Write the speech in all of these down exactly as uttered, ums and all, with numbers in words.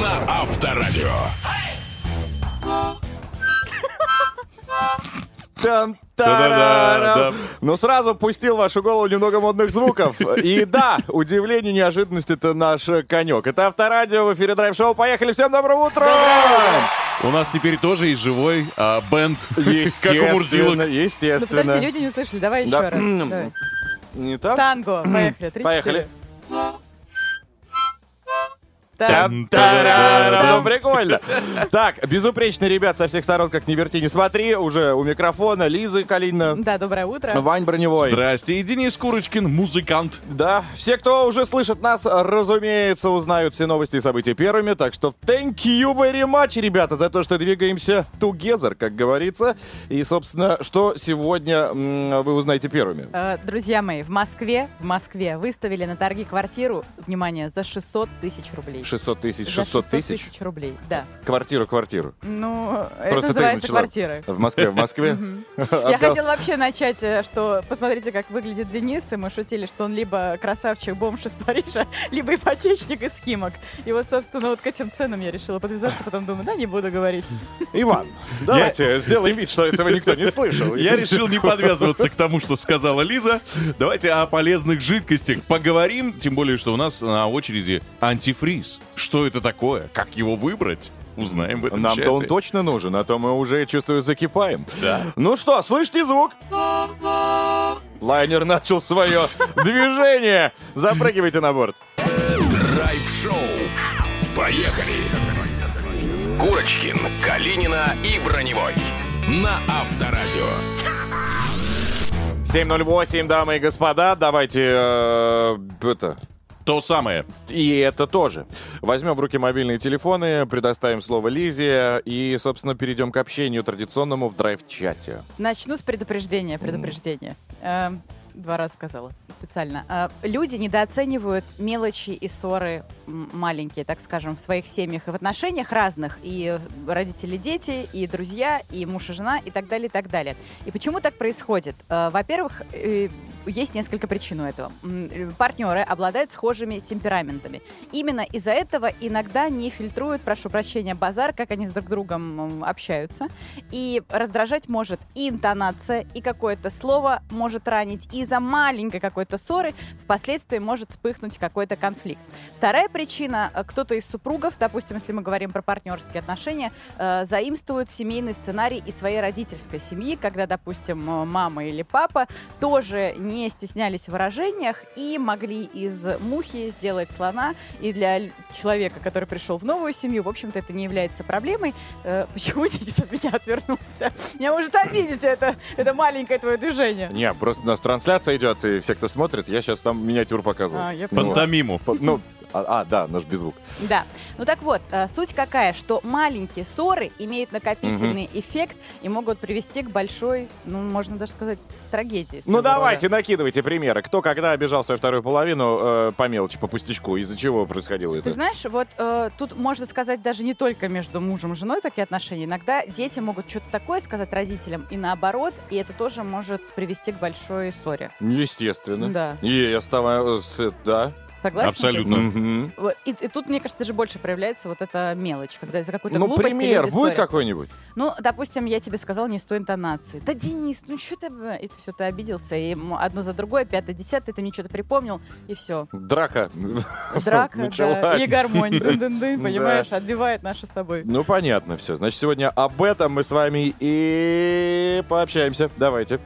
на Авторадио. Та-да-да. Ну, сразу пустил в вашу голову немного модных звуков. И да, удивление, неожиданность — это наш конек. Это Авторадио, в эфире Драйв-шоу. Поехали, всем доброго утра! У нас теперь тоже есть живой а, бенд, как у Естественно, Мурзилок. естественно. Ну, подожди, люди не услышали. Давай еще Да. раз. Давай. Не так? Танго. Поехали. Три, Поехали. четыре. Так. Там-та-ра-ра. Ну, прикольно. Так, безупречные ребят со всех сторон, как ни верти, не смотри. Уже у микрофона Лиза Калинина, Да, доброе утро. Вань Броневой. Здрасте, и Денис Курочкин, музыкант. Да, все, кто уже слышит нас, разумеется, узнают все новости и события первыми. Так что thank you very much, ребята, за то, что двигаемся together, как говорится. И, собственно, что сегодня м, вы узнаете первыми. Э, Друзья мои, в Москве, в Москве выставили на торги квартиру, внимание, за шестьсот тысяч рублей. шестьсот тысяч. За шестьсот тысяч? тысяч рублей, да. Квартиру, квартиру. Ну, Просто это ты называется начала. квартиры. В Москве, в Москве. Я хотела вообще начать, э, что посмотрите, как выглядит Денис, и мы шутили, что он либо красавчик-бомж из Парижа, либо ипотечник из Химок. И вот, собственно, вот к этим ценам я решила подвязаться, потом думаю, да, не буду говорить. Иван, давайте сделаем вид, что этого никто не слышал. Я решил не подвязываться к тому, что сказала Лиза. Давайте о полезных жидкостях поговорим, тем более, что у нас на очереди антифриз. Что это такое? Как его выбрать? Узнаем в этом часе. Нам-то он точно нужен, а то мы уже, чувствую, закипаем. Да. Ну что, слышите звук? Лайнер начал свое движение. Запрыгивайте на борт. Драйв-шоу. Поехали. Курочкин, Калинина и Броневой. На Авторадио. семь ноль восемь, дамы и господа, давайте э, это... То самое. И это тоже. Возьмем в руки мобильные телефоны, предоставим слово Лизе и, собственно, перейдем к общению традиционному в драйв-чате. Начну с предупреждения, предупреждения. Эм, Два раза сказала специально. Э, Люди недооценивают мелочи и ссоры м, маленькие, так скажем, в своих семьях и в отношениях разных. И родители, дети, и друзья, и муж и жена, и так далее, и так далее. И почему так происходит? Э, Во-первых, э, есть несколько причин у этого. М, Партнеры обладают схожими темпераментами. Именно из-за этого иногда не фильтруют, прошу прощения, базар, как они с друг другом м, общаются. И раздражать может и интонация, и какое-то слово может ранить, и из-за маленькой какой-то ссоры впоследствии может вспыхнуть какой-то конфликт. Вторая причина, кто-то из супругов, допустим, если мы говорим про партнерские отношения, э, заимствует семейный сценарий из своей родительской семьи, когда, допустим, мама или папа тоже не стеснялись в выражениях и могли из мухи сделать слона. И для человека, который пришел в новую семью, в общем-то, это не является проблемой. Э, почему Денис от меня отвернулся? Меня может обидеть это, это маленькое твое движение. Не, просто у нас трансляция идет, и все, кто смотрит, я сейчас там миниатюр показываю. А, я Ну, Пантомиму. по- Ну, а, а, да, наш без звук. Да. Ну так вот, э, суть какая, что маленькие ссоры имеют накопительный эффект и могут привести к большой, ну, можно даже сказать, трагедии. Ну, своего давайте, рода. накидывайте примеры. Кто когда обижал свою вторую половину э, по мелочи, по пустячку, из-за чего происходило это? Ты знаешь, вот э, тут можно сказать даже не только между мужем и женой такие отношения. Иногда дети могут что-то такое сказать родителям и наоборот, и это тоже может привести к большой ссоре. Естественно. Да. И я ставаю с... Да. Согласен? Абсолютно. с этим? Мгм. Вот, И, и тут, мне кажется, даже больше проявляется вот эта мелочь, когда из-за какой-то Ну, глупости пример люди будет ссорятся. какой-нибудь? Ну, допустим, я тебе сказала не с той интонацией. Да, Денис, ну что ты... Это все, ты обиделся. И м, одно за другое, пятое, десятое, ты мне что-то припомнил, и все. Драка. Драка, да, Началась. и гармонь. Дын-дын-дын, Да. понимаешь, отбивает наши с тобой. Ну, понятно все. Значит, сегодня об этом мы с вами и пообщаемся. Давайте.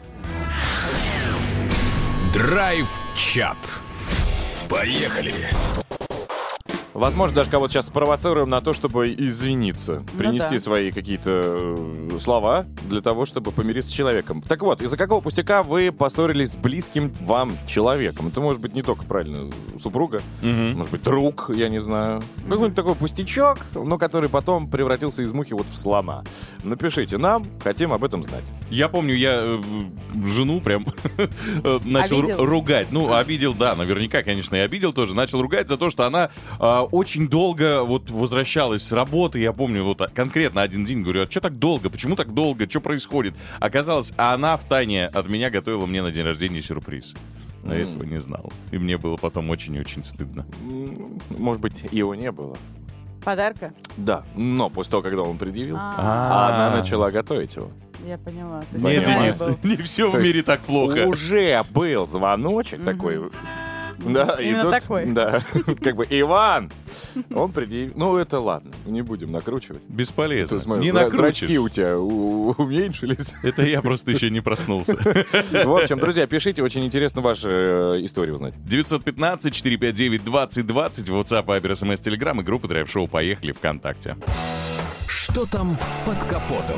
Драйв-чат. Поехали. Возможно, даже кого-то сейчас спровоцируем на то, чтобы извиниться. Ну Принести да. свои какие-то э, слова для того, чтобы помириться с человеком. Так вот, из-за какого пустяка вы поссорились с близким вам человеком? Это может быть не только, правильно, супруга, Мгм. может быть, друг, я не знаю. Какой-нибудь такой пустячок, но который потом превратился из мухи вот в слона. Напишите нам, хотим об этом знать. Я помню, я э, жену прям э, начал Обидел? ру- ругать. Ну, обидел, да, наверняка, конечно, и обидел тоже. Начал ругать за то, что она э, очень долго вот возвращалась с работы. Я помню, вот а, конкретно один день говорю, а что так долго? Почему так долго? Что происходит? Оказалось, она втайне от меня готовила мне на день рождения сюрприз. А я этого не знал. И мне было потом очень и очень стыдно. М, Может быть, его не было. Подарка? Да, но после того, когда он предъявил, А, а она начала готовить его. Я поняла. То есть Нет, Понятно. сценарий Денис, был. не все в То есть мире так плохо. Уже был звоночек такой. Да, и Именно тут, такой. Да, как бы Иван, он предъявил. Ну, это ладно, не будем накручивать. Бесполезно. Тут, смотри, Не зра- накрутишь. зрачки у тебя у- уменьшились. Это я просто еще не проснулся. В общем, друзья, пишите, очень интересно ваши э, истории узнать. девятьсот пятнадцать четыреста пятьдесят девять двадцать двадцать, WhatsApp, Viber, эс эм эс, Telegram и группа Драйв Шоу «Поехали» ВКонтакте. Что там под капотом?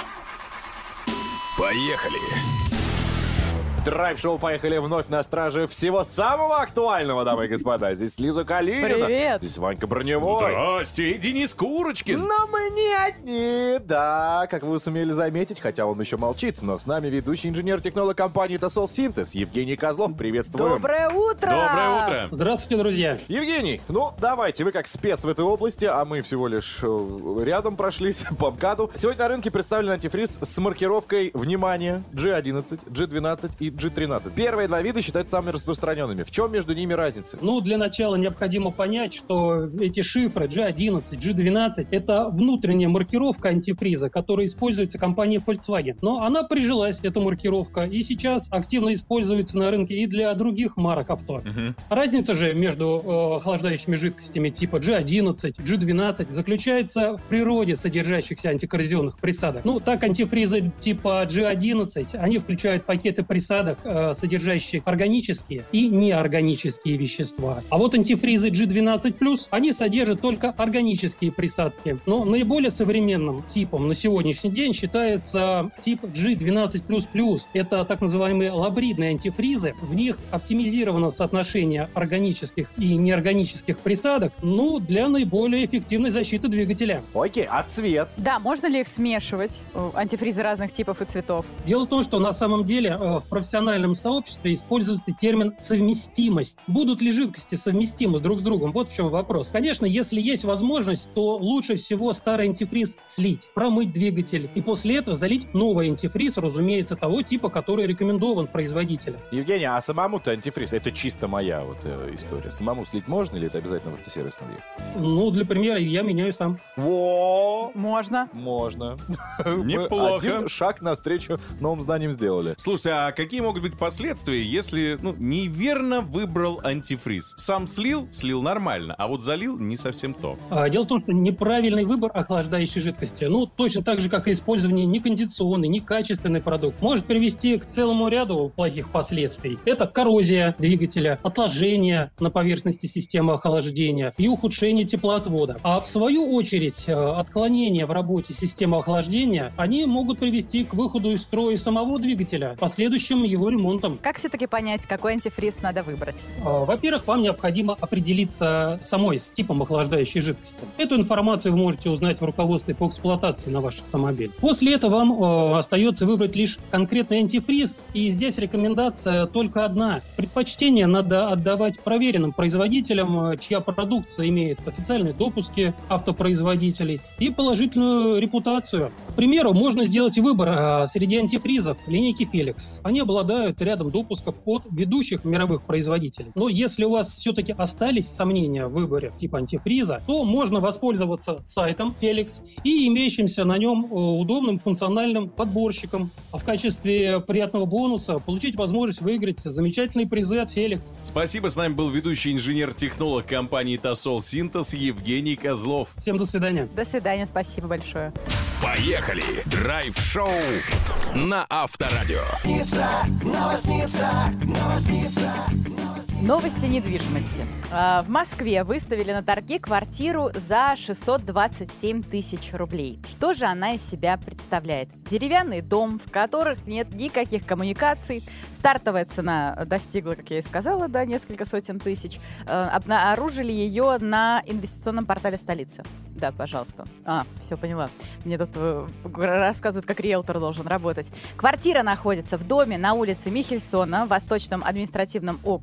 Поехали! Драйв-шоу «Поехали» вновь на страже всего самого актуального, дамы и господа. Здесь Лиза Калинина. Привет. Здесь Ванька Броневой. Здрасте, и Денис Курочкин. Но мы не одни, да, как вы сумели заметить, хотя он еще молчит, но с нами ведущий инженер-технолог компании Тосол Синтез Евгений Козлов. Приветствуем. Доброе утро! Доброе утро. Здравствуйте, друзья. Евгений, ну давайте, вы как спец в этой области, а мы всего лишь э, рядом прошлись по МКАДу. Сегодня на рынке представлен антифриз с маркировкой, внимание, джи одиннадцать, джи двенадцать и джи тринадцать. Первые два вида считаются самыми распространенными. В чем между ними разница? Ну, для начала необходимо понять, что эти шифры джи одиннадцать, джи двенадцать — это внутренняя маркировка антифриза, которая используется компанией Volkswagen. Но она прижилась, эта маркировка, и сейчас активно используется на рынке и для других марок авто. Мгм. Разница же между э, охлаждающими жидкостями типа джи одиннадцать, джи двенадцать заключается в природе содержащихся антикоррозионных присадок. Ну, так антифризы типа джи одиннадцать, они включают пакеты присадок, э, содержащие органические и неорганические вещества. А вот антифризы джи двенадцать плюс, они содержат только органические присадки. Но наиболее современным типом на сегодняшний день считается тип джи двенадцать плюс плюс. Это так называемые лабридные антифризы. В них оптимизировано соотношение органических и неорганических присадок, ну, для наиболее эффективной защиты двигателя. Окей, а цвет? Да, можно ли их смешивать? Э, Антифризы разных типов и цветов. Дело в том, что на самом деле э, в профессиональном сообществе используется термин «совместимость». Будут ли жидкости совместимы друг с другом? Вот в чем вопрос. Конечно, если есть возможность, то лучше всего старый антифриз слить, промыть двигатель и после этого залить новый антифриз, разумеется, того типа, который рекомендован производителем. Евгений, а самому-то антифриз, это чисто моя вот э, история. Самому слить можно или это обязательно в автосервис надо ехать? Ну, для примера, я меняю сам. Во! Можно. Можно. Неплохо. Мы один шаг навстречу новым знаниям сделали. Слушайте, а какие могут быть последствия, если ну, неверно выбрал антифриз? Сам слил, слил нормально, а вот залил не совсем то. А, Дело в том, что неправильный выбор охлаждающей жидкости, ну, точно так же, как и использование некондиционный, некачественный продукт, может привести к целому ряду плохих последствий. Это коррозия двигателя, отложение на поверхности системы охлаждения и ухудшение теплоотвода. А в свою очередь, э, отклонения в работе системы охлаждения, они могут привести к выходу из строя самого двигателя, последующим его ремонтом. Как все-таки понять, какой антифриз надо выбрать? А, Во-первых, вам необходимо определиться самой с типом охлаждающей жидкости. Эту информацию вы можете узнать в руководстве по эксплуатации на ваш автомобиль. После этого вам э, остается выбрать лишь конкретный антифриз, и здесь рекомендация только одна. Предпочтение надо отдавать проверенным производителям, э, чья продукция имеет официальные допуски автопроизводителей и положительную репутацию. К примеру, можно сделать выбор э, среди антифризов линейки Felix. Они обладают рядом допусков от ведущих мировых производителей. Но если у вас все-таки остались сомнения в выборе типа антифриза, то можно воспользоваться сайтом Felix и имеющимся на нем э, удобным функциональным подборщиком. А в качестве приятного бонуса получить возможность выиграть замечательные призы от Felix. Спасибо, с нами был ведущий инженер-технолог компании Тосол Синтез Евгений Козлов. Всем до свидания. До свидания, спасибо большое. Поехали! Драйв-шоу на Авторадио. Новости недвижимости. А, В Москве выставили на торги квартиру за шестьсот двадцать семь тысяч рублей. Что же она из себя представляет? Деревянный дом, в которых нет никаких коммуникаций. Стартовая цена достигла, как я и сказала, да, несколько сотен тысяч. Э, Обнаружили ее на инвестиционном портале столицы. Да, пожалуйста. А, все поняла. Мне тут э, рассказывают, как риэлтор должен работать. Квартира находится в доме на улице Михельсона в Восточном административном округе.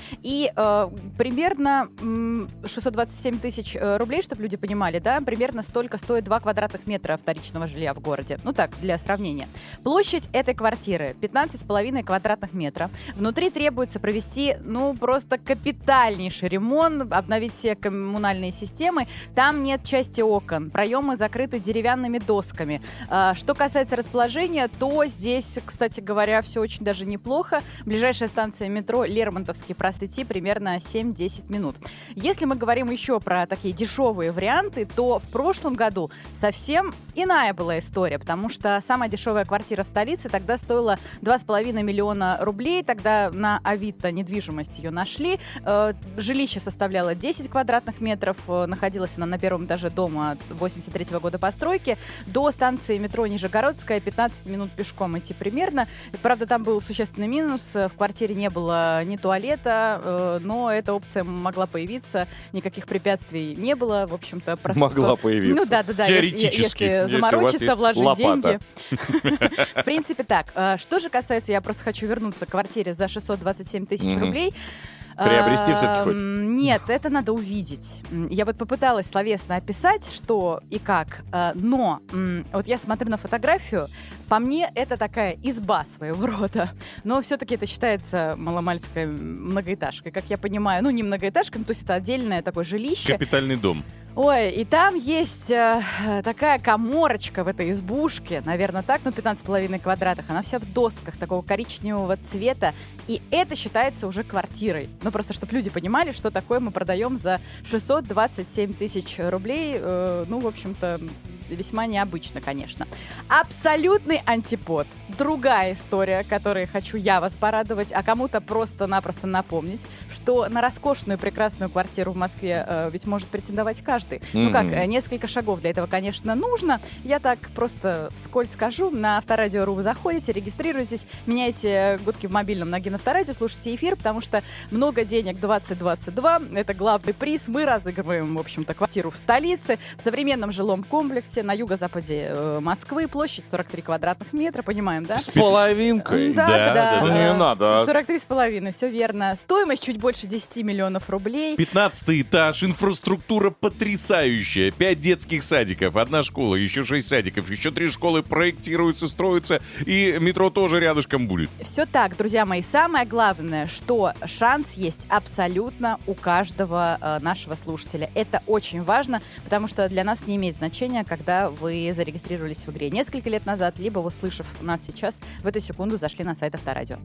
И э, примерно м, шестьсот двадцать семь тысяч э, рублей, чтобы люди понимали, да, примерно столько стоит два квадратных метра вторичного жилья в городе. Ну так, для сравнения. Площадь этой квартиры пятнадцать с половиной квадратных метра. Внутри требуется провести, ну, просто капитальнейший ремонт, обновить все коммунальные системы. Там нет части окон, проемы закрыты деревянными досками. А, что касается расположения, то здесь, кстати говоря, все очень даже неплохо. Ближайшая станция метро Лермонтовский, прост идти примерно семь-десять минут. Если мы говорим еще про такие дешевые варианты, то в прошлом году совсем иная была история, потому что самая дешевая квартира в столице тогда стоила два с половиной миллиона рублей. Тогда на Авито недвижимость ее нашли. Э, жилище составляло десять квадратных метров. Э, находилась она на первом этаже дома восемьдесят третьего года постройки. До станции метро Нижегородская пятнадцать минут пешком идти примерно. Правда, там был существенный минус. В квартире не было ни туалета, э, но эта опция могла появиться. Никаких препятствий не было. В общем-то, просто... Могла появиться. Ну да, да, да. Теоретически. Если, если заморочиться, вложить лопата. деньги. В принципе, так. Что же касается, я просто хочу вернуться к квартире за шестьсот двадцать семь тысяч Мгм. рублей. Приобрести все-таки хоть? Ам, Нет, это надо увидеть. М, Я вот попыталась словесно описать, что и как, а, но м, вот я смотрю на фотографию, по мне это такая изба своего рода, но все-таки это считается маломальской многоэтажкой, как я понимаю. Ну, не многоэтажкой, ну, то есть это отдельное такое жилище. Капитальный дом. Ой, и там есть э, такая каморочка в этой избушке, наверное, так, ну, пятнадцать с половиной квадратов. Она вся в досках такого коричневого цвета, и это считается уже квартирой. Ну, просто, чтобы люди понимали, что такое мы продаем за шестьсот двадцать семь тысяч рублей. Э, ну, в общем-то, весьма необычно, конечно. Абсолютный антипод. Другая история, которой хочу я вас порадовать, а кому-то просто-напросто напомнить, что на роскошную прекрасную квартиру в Москве э, ведь может претендовать каждый. Ну как, э, несколько шагов для этого, конечно, нужно. Я так просто вскользь скажу. На Авторадио точка ру вы заходите, регистрируетесь, меняете гудки в мобильном на Генавторадио, слушайте эфир, потому что много денег двадцать двадцать два. Это главный приз. Мы разыгрываем, в общем-то, квартиру в столице, в современном жилом комплексе на юго-западе э, Москвы. Площадь сорок три квадратных метра, понимаем, да? С половинкой. Да, Да, да, Ну, не надо. сорок три с половиной, все верно. Стоимость чуть больше десять миллионов рублей. пятнадцатый этаж, инфраструктура потрясающая. Пять детских садиков, одна школа, еще шесть садиков, еще три школы проектируются, строятся, и метро тоже рядышком будет. Все так, друзья мои. Самое главное, что шанс есть абсолютно у каждого э, нашего слушателя. Это очень важно, потому что для нас не имеет значения, когда вы зарегистрировались в игре несколько лет назад, либо, услышав нас сейчас, в эту секунду зашли на сайт Авторадио.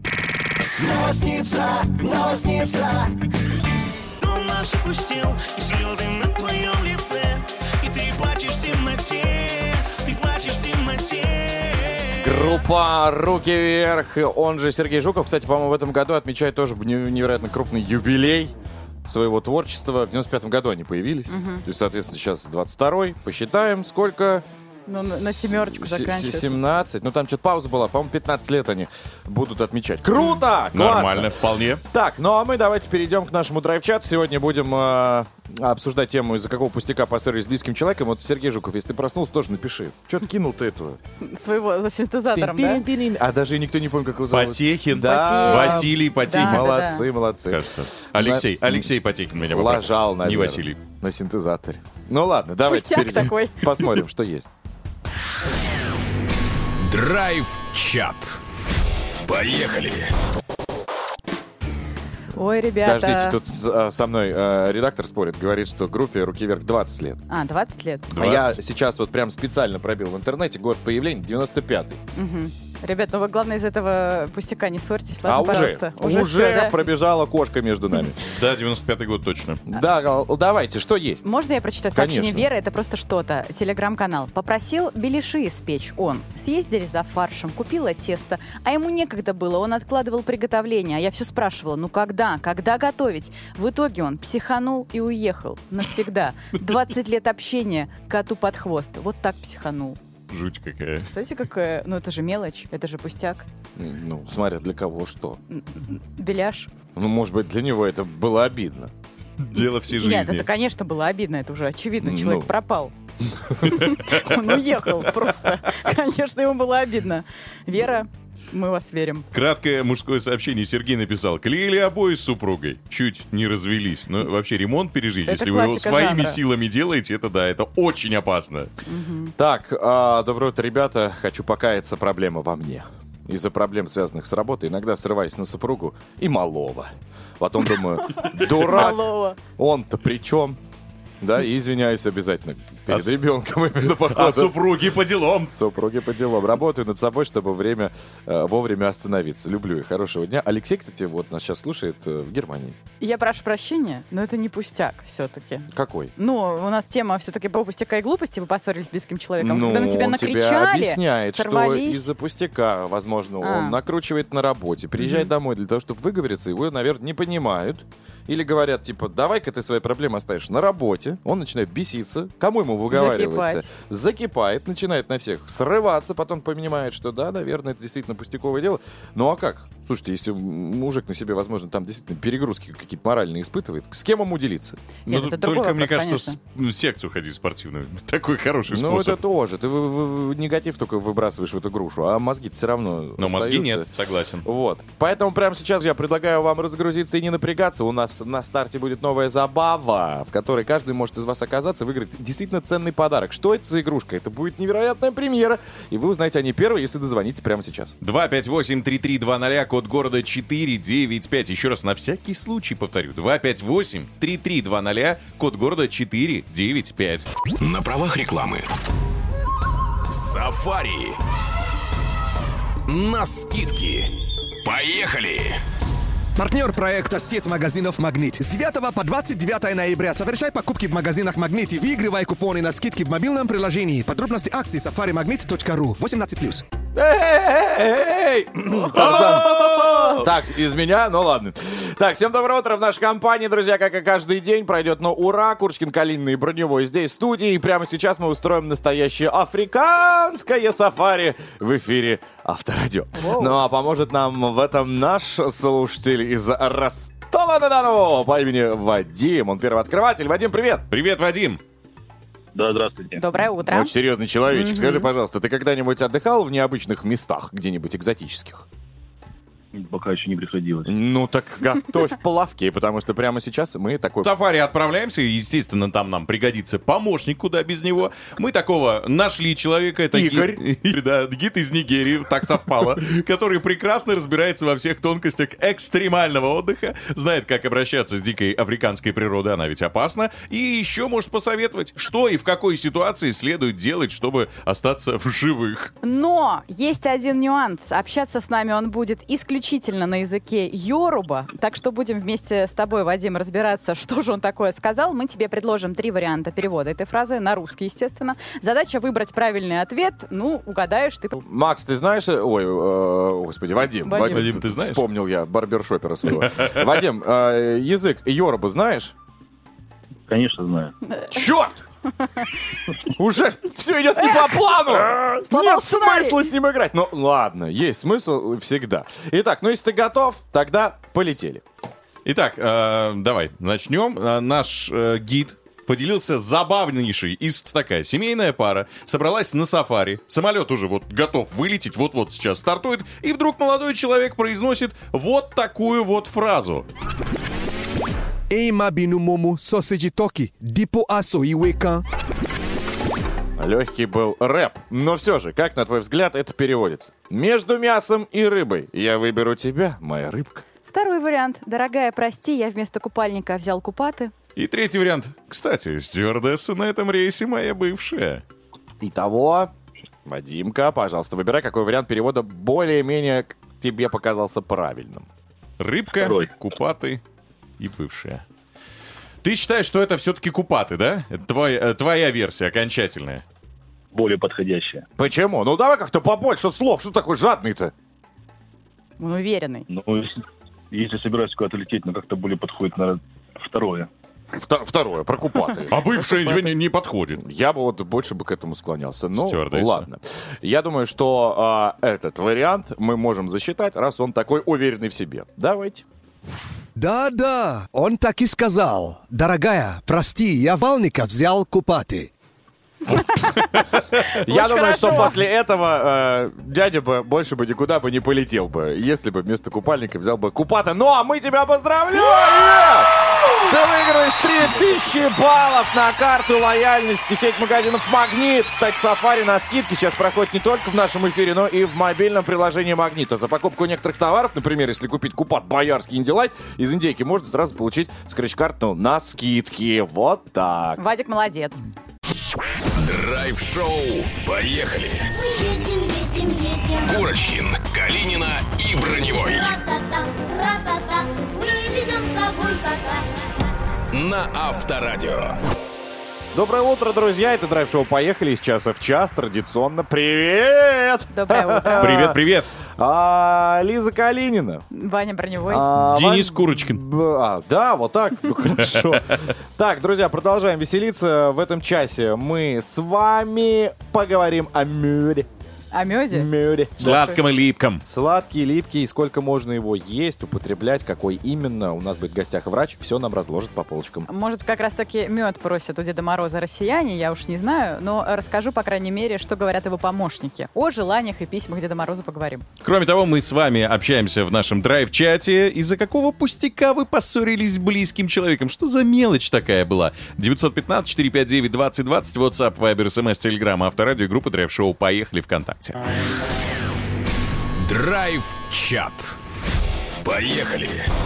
Новосница, новосница. Дом наш опустел, и слезы на твоем лице. И ты плачешь в темноте, ты плачешь в темноте. Группа «Руки вверх», он же Сергей Жуков. Кстати, по-моему, в этом году отмечает тоже невероятно крупный юбилей своего творчества. В девяносто пятом году они появились. То есть, соответственно, сейчас двадцать второй. Посчитаем, сколько... Ну, на, на семерочку С- заканчивается. семнадцать. Ну, там что-то пауза была. По-моему, пятнадцать лет они будут отмечать. Круто! Классно! Нормально, вполне. Так, ну а мы давайте перейдем к нашему драйв-чату. Сегодня будем э, обсуждать тему, из-за какого пустяка поссорились с близким человеком. Вот, Сергей Жуков, если ты проснулся, тоже напиши. Что ты кинул ты этого? Своего за синтезатором, да? Тин-тин-тин. А даже и никто не помнит, как его зовут. Потехин. Да. Василий Потехин. Да, да, Молодцы, молодцы. Кажется. Алексей. На- Алексей Потехин меня поправил. Лажал, наверное. Не Василий. На синтезаторе. Ну ладно, давайте Пустяк перейдем. такой. Посмотрим, что есть. Драйв-чат. Поехали. Ой, ребята. Подождите, тут с- а, со мной э, редактор спорит, говорит, что группе «Руки вверх» двадцать лет. А, двадцать лет. А я двадцать. сейчас вот прям специально пробил в интернете год появления девяносто пятый. Мгм. Ребят, ну вы, главное, из этого пустяка не ссорьтесь, ладно, А уже, пожалуйста. уже, всё, да? пробежала кошка между нами. Да, девяносто пятый год точно. Да, Гал, давайте, что есть? Можно я прочитаю сообщение Конечно. Веры? Это просто что-то. Телеграм-канал. Попросил беляши испечь он. Съездили за фаршем, купила тесто, а ему некогда было, он откладывал приготовление. А я все спрашивала, ну когда, когда готовить? В итоге он психанул и уехал. Навсегда. двадцать лет общения коту под хвост. Вот так психанул. Жуть какая. Представляете, какая... Ну это же мелочь, это же пустяк. Ну, смотря для кого что. Беляш. Ну, может быть, для него это было обидно. Дело всей жизни. Нет, это, конечно, было обидно, это уже очевидно. Ну. Человек пропал. Он уехал просто. Конечно, ему было обидно. Вера, Мы вас верим. Краткое мужское сообщение Сергей написал. Клеили обои с супругой. Чуть не развелись. Но вообще ремонт пережить, Это если вы его классика своими жанра. силами делаете, это да, это очень опасно. Так, а, доброе утро, ребята. Хочу покаяться, проблема во мне. Из-за проблем, связанных с работой, иногда срываюсь на супругу и малого. Потом думаю, дурак, Малого. он-то при чем? Да, и извиняюсь обязательно перед А с- ребенком именно по А ходу. супруги по делам. Супруги по делам. Работаю над собой, чтобы время, э, вовремя остановиться. Люблю их. Хорошего дня. Алексей, кстати, вот нас сейчас слушает э, в Германии. Я прошу прощения, но это не пустяк все-таки. Какой? Ну, у нас тема все-таки по пустяка и глупости. Вы поссорились с близким человеком. Ну, Когда на тебя он тебе накричали, объясняет, что сорвались. из-за пустяка, возможно, А. он накручивает на работе, приезжает домой для того, чтобы выговориться, его, наверное, не понимают. Или говорят, типа, давай-ка ты свои проблемы оставишь на работе. Он начинает беситься. Кому ему выговаривать? Закипать. Закипает, начинает на всех срываться, потом понимает, что да, наверное, это действительно пустяковое дело. Ну а как? Слушайте, если мужик на себе, возможно, там действительно перегрузки какие-то моральные испытывает, с кем ему делиться? Нет, Ну, это только, другой мне вопрос, кажется, конечно. с- ну, секцию ходить спортивную. Такой хороший Ну, способ. это тоже. Ты вы- вы- вы негатив только выбрасываешь в эту грушу, а мозги все равно Но мозги остаются. нет, согласен. Вот. Поэтому прямо сейчас я предлагаю вам разгрузиться и не напрягаться. У нас на старте будет новая забава, в которой каждый может из вас оказаться, выиграть действительно ценный подарок. Что это за игрушка? Это будет невероятная премьера, и вы узнаете о ней первый, если дозвонитесь прямо сейчас. два пять восемь три три два ноль, код города четыре девять пять. Еще раз, на всякий случай повторю. два пять восемь три три два ноль, код города четыре девять пять. На правах рекламы. Сафари. На скидки. Поехали! Партнер проекта «Сеть магазинов «Магнит». С девятого по двадцать девятое ноября совершай покупки в магазинах «Магнит» и выигрывай купоны на скидки в мобильном приложении. Подробности акции сафари магнит точка ру. восемнадцать плюс. Эй! Тарзан. Так, из меня, ну ладно. Так, всем доброе утро в нашей компании, друзья, как и каждый день пройдет, но ура, Курочкин, Калинный и Броневой здесь в студии, и прямо сейчас мы устроим настоящее африканское сафари в эфире Авторадио. Ну а поможет нам в этом наш слушатель из Ростова-на-Дону по имени Вадим, он первооткрыватель. Вадим, привет! Привет, Вадим! Да, здравствуйте. Доброе утро. Очень серьезный человечек. Скажи, пожалуйста, ты когда-нибудь отдыхал в необычных местах, где-нибудь экзотических? Пока еще не приходилось. Ну так готовь плавки, потому что прямо сейчас мы такой... В сафари отправляемся, и, естественно, там нам пригодится помощник, куда без него. Мы такого нашли человека, это Игорь. гид, да, гид из Нигерии, так совпало, который прекрасно разбирается во всех тонкостях экстремального отдыха, знает, как обращаться с дикой африканской природой, она ведь опасна, и еще может посоветовать, что и в какой ситуации следует делать, чтобы остаться в живых. Но есть один нюанс. Общаться с нами он будет исключительно на языке йоруба. Так что будем вместе с тобой, Вадим, разбираться, что же он такое сказал. Мы тебе предложим три варианта перевода этой фразы на русский, естественно. Задача выбрать правильный ответ. Ну, угадаешь ты. Макс, ты знаешь... Ой, э, господи, Вадим. Вадим. Вадим, ты знаешь? Вспомнил я барбершопера своего. Вадим, э, язык йоруба знаешь? Конечно, знаю. Черт! Уже все идет не по плану! Сломал Нет сценарий. смысла с ним играть. Ну ладно, есть смысл всегда. Итак, ну если ты готов, тогда полетели. Итак, э, давай начнем. Э, наш э, гид поделился забавнейшей из такая семейная пара собралась на сафари. Самолет уже вот готов вылететь, вот-вот сейчас стартует. И вдруг молодой человек произносит вот такую вот фразу. Эй, мабину мому, сосиджи токи, дипо асо и вейкан. Легкий был рэп, но все же, как на твой взгляд это переводится? Между мясом и рыбой я выберу тебя, моя рыбка. Второй вариант. Дорогая, прости, я вместо купальника взял купаты. И третий вариант. Кстати, стюардесса на этом рейсе моя бывшая. Итого, Вадимка, пожалуйста, выбирай, какой вариант перевода более-менее тебе показался правильным. Рыбка, Второй. купаты и бывшая. Ты считаешь, что это все-таки купаты, да? Это твой- э, твоя версия окончательная. Более подходящее. Почему? Ну давай как-то побольше слов, что такой жадный-то? Он уверенный. Ну, если, если собираюсь куда-то лететь, но как-то более подходит, наверное, второе. Вто- второе, про купаты. А бывшая тебе не, не подходит. Я бы вот больше бы к этому склонялся. Ну, Стюардесса. ладно. Я думаю, что а, этот вариант мы можем засчитать, раз он такой уверенный в себе. Давайте. Да-да, он так и сказал. Дорогая, прости, я валника взял купаты. Я думаю, хорошо. что после этого э, дядя бы больше бы никуда бы не полетел бы, если бы вместо купальника взял бы купата. Ну, а мы тебя поздравляем! Ты выиграешь три тысячи баллов на карту лояльности сеть магазинов «Магнит». Кстати, сафари на скидке сейчас проходит не только в нашем эфире, но и в мобильном приложении «Магнита». За покупку некоторых товаров, например, если купить купат «Боярский Индилайт» из индейки, можно сразу получить скретч-карту на скидки. Вот так. Вадик молодец. Драйв-шоу. Поехали. Мы едем, едем, едем. Курочкин, Калинина и Броневой. Ра-та-та, ра-та-та, мы везем с собой кота. На Авторадио. Доброе утро, друзья. Это драйв-шоу «Поехали» из часа в час. Традиционно привет! Доброе утро. Привет, привет. А, Лиза Калинина. Ваня Броневой. А, Денис Вань- Курочкин. Б- а, да, вот так? Ну, хорошо. Так, друзья, продолжаем веселиться. В этом часе мы с вами поговорим о мёде. О меде? Мёде. Сладком и липком. Сладкий, липкий, и сколько можно его есть, употреблять, какой именно. У нас будет в гостях врач, все нам разложит по полочкам. Может, как раз-таки мед просят у Деда Мороза россияне, я уж не знаю, но расскажу, по крайней мере, что говорят его помощники. О желаниях и письмах Деда Мороза поговорим. Кроме того, мы с вами общаемся в нашем драйв-чате. Из-за какого пустяка вы поссорились с близким человеком? Что за мелочь такая была? девять один пять четыре пять девять двадцать двадцать, WhatsApp, Viber, эс эм эс, Telegram, Авторадио, группа Драйв-шоу «Поехали» ВКонтакте. Драйв-чат. Поехали.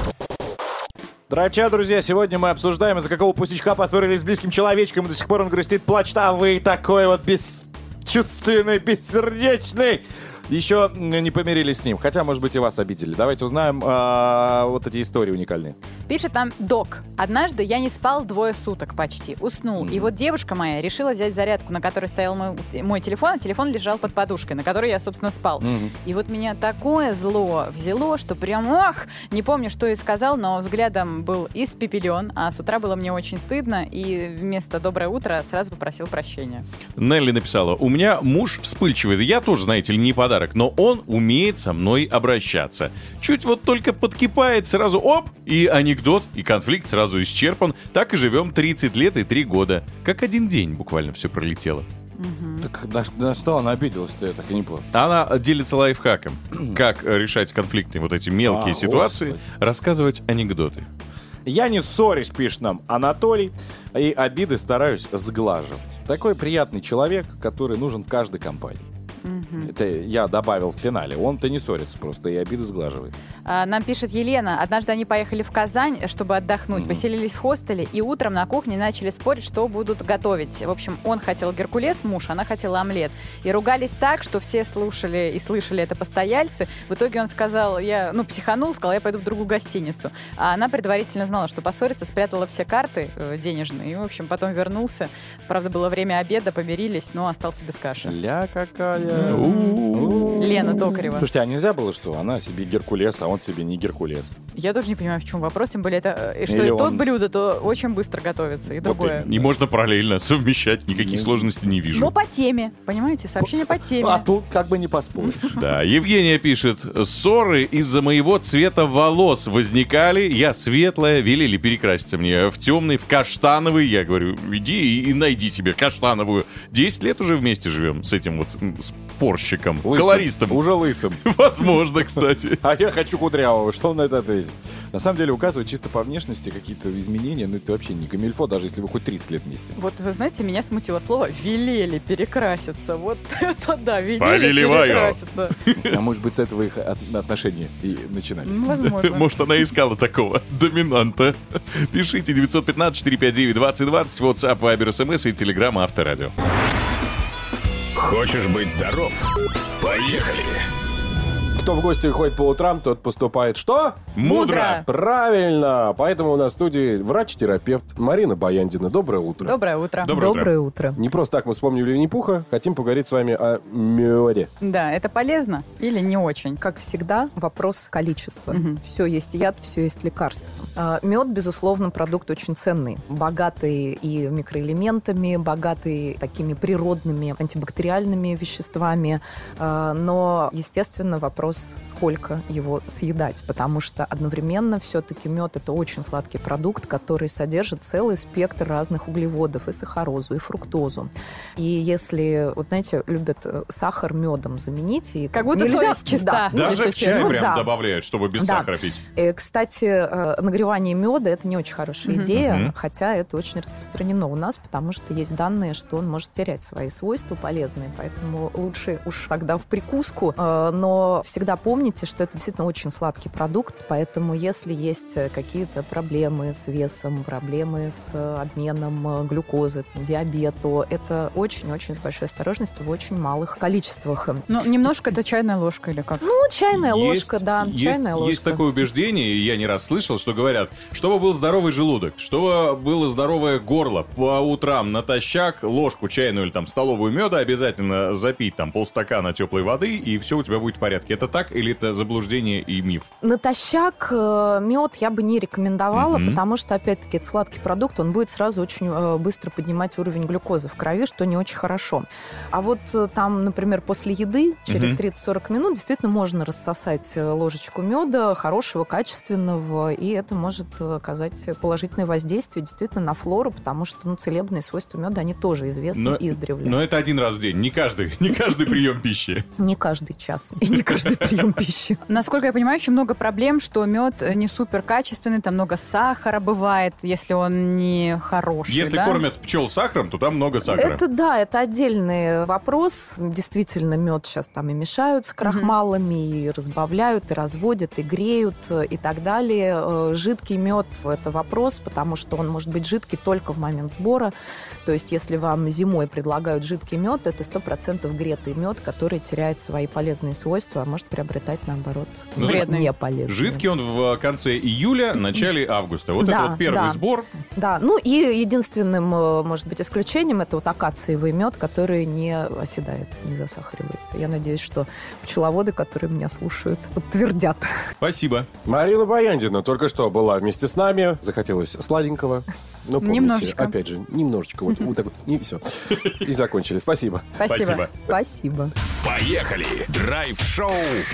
Драйв-чат, друзья, сегодня мы обсуждаем, из-за какого пустячка поссорились с близким человечком, и до сих пор он грустит, плачет, а вы такой вот бесчувственный, бессердечный. Еще не помирились с ним, хотя, может быть, и вас обидели. Давайте узнаем э, вот эти истории уникальные. Пишет там док. Однажды я не спал двое суток почти. Уснул. Mm-hmm. И вот девушка моя решила взять зарядку, на которой стоял мой, мой телефон, а телефон лежал под подушкой, на которой я, собственно, спал. Mm-hmm. И вот меня такое зло взяло, что прям, ох, не помню, что и сказал, но взглядом был испепелен, а с утра было мне очень стыдно, и вместо «доброе утро» сразу попросил прощения. Нелли написала: у меня муж вспыльчивый. Я тоже, знаете ли, не подарок, но он умеет со мной обращаться. Чуть вот только подкипает, сразу оп, и анекдот, и конфликт сразу исчерпан. Так и живем тридцать лет и три года. Как один день буквально все пролетело. Угу. Так на, на что она обиделась-то, я так и не понял. Она делится лайфхаком, как решать конфликтные вот эти мелкие А, ситуации, Господи. рассказывать анекдоты. Я не ссорюсь, пишет нам Анатолий, и обиды стараюсь сглаживать. Такой приятный человек, который нужен в каждой компании. Угу. Это я добавил в финале. Он-то не ссорится просто и обиды сглаживает. А, нам пишет Елена. Однажды они поехали в Казань, чтобы отдохнуть, mm-hmm. поселились в хостеле, и утром на кухне начали спорить, что будут готовить. В общем, он хотел геркулес, муж, она хотела омлет. И ругались так, что все слушали и слышали это постояльцы. В итоге он сказал, я, ну, психанул, сказал, я пойду в другую гостиницу. А она предварительно знала, что поссорится, спрятала все карты э, денежные. И, в общем, потом вернулся. Правда, было время обеда, помирились, но остался без каши. Ля какая. Лена Токарева. Слушайте, а нельзя было, что она себе Геркулес, а он себе не Геркулес? Я тоже не понимаю, в чем вопрос. Тем более, это, э, что Или и то он- блюдо, то очень быстро готовится, и другое. И можно параллельно совмещать, никаких сложностей не вижу. Но по теме, понимаете, сообщение по теме. А тут как бы не поспоришь. Да, Евгения пишет: ссоры из-за моего цвета волос возникали. Я светлая, велели перекраситься мне в темный, в каштановый. Я говорю, иди и найди себе каштановую. Десять лет уже вместе живем с этим вот м, спорщиком, Лысым. колористом. Уже лысым. Возможно, кстати. А я хочу кудрявого. Что он на это ответит? На самом деле указывает чисто по внешности какие-то изменения. Ну это вообще не камильфо, даже если вы хоть тридцать лет вместе. Вот, вы знаете, меня смутило слово «велели перекраситься». Вот это да, велели Повелеваю. перекраситься. А может быть, с этого их от- отношения и начинались. Ну, возможно. Может, она искала такого доминанта. Пишите девять один пять четыре пять девять двадцать двадцать, WhatsApp, Viber, эс эм эс и Telegram Авторадио. Хочешь быть здоров? Поехали. Кто в гости ходит по утрам, тот поступает что? Мудро. Правильно! Поэтому у нас в студии врач-терапевт Марина Баяндина. Доброе утро. Доброе утро. Доброе утро. Доброе утро. Не просто так мы вспомнили Винни-Пуха, хотим поговорить с вами о меде. Да, это полезно или не очень? Как всегда, вопрос количества. Мгм. Все есть яд, все есть лекарство. А, мед, безусловно, продукт очень ценный. Богатый и микроэлементами, богатый такими природными антибактериальными веществами. А, но, естественно, вопрос вопрос, сколько его съедать, потому что одновременно все-таки мед — это очень сладкий продукт, который содержит целый спектр разных углеводов, и сахарозу, и фруктозу. И если, вот знаете, любят сахар медом заменить, и как будто нельзя, совесть чиста. Да, Даже в чай ну, прям да. добавляют, чтобы без Да. сахара пить. И, кстати, нагревание меда — это не очень хорошая Мгм. идея, Мгм. хотя это очень распространено у нас, потому что есть данные, что он может терять свои свойства полезные, поэтому лучше уж когда в прикуску, э, но всегда помните, что это действительно очень сладкий продукт, поэтому если есть какие-то проблемы с весом, проблемы с обменом глюкозы, диабет, то это очень-очень с большой осторожностью в очень малых количествах. Ну, немножко это чайная ложка или как? Ну, чайная Есть- ложка, да, есть, чайная ложка. Есть такое убеждение, и я не раз слышал, что говорят, чтобы был здоровый желудок, чтобы было здоровое горло, по утрам натощак ложку чайную или там столовую меда обязательно запить там полстакана теплой воды, и все у тебя будет в порядке. Это так или это заблуждение и миф? Натощак э, мед я бы не рекомендовала, Мгм. потому что, опять-таки, это сладкий продукт, он будет сразу очень э, быстро поднимать уровень глюкозы в крови, что не очень хорошо. А вот э, там, например, после еды, через Мгм. тридцать-сорок минут, действительно можно рассосать э, ложечку меда, хорошего, качественного, и это может э, оказать положительное воздействие действительно на флору, потому что ну, целебные свойства меда, они тоже известны Но, издревле. но это один раз в день, не каждый, не каждый прием пищи. Не каждый час и не каждый прием пищи. Насколько я понимаю, очень много проблем, что мед не супер качественный, там много сахара бывает, если он не хороший. Если да? кормят пчел сахаром, то там много сахара. Это да, это отдельный вопрос. Действительно, мед сейчас там и мешают с крахмалами, и разбавляют, и разводят, и греют, и так далее. Э, Жидкий мед – это вопрос, потому что он может быть жидкий только в момент сбора. То есть, если вам зимой предлагают жидкий мед, это сто процентов гретый мед, который теряет свои полезные свойства, а может приобретать, наоборот, Ну, вредные, не полезные. Жидкий он в конце июля, начале августа. Вот Да, это вот первый да. сбор. Да, ну и единственным, э, может быть, исключением это вот акациевый мед, который не оседает, не засахаривается. Я надеюсь, что пчеловоды, которые меня слушают, подтвердят. Спасибо. Марина Баяндина только что была вместе с нами. Захотелось сладенького. Ну, помните, Немножечко. опять же, немножечко. Вот, вот так вот. И все. И закончили. Спасибо. Спасибо. Спасибо. Поехали! Драйв-шоу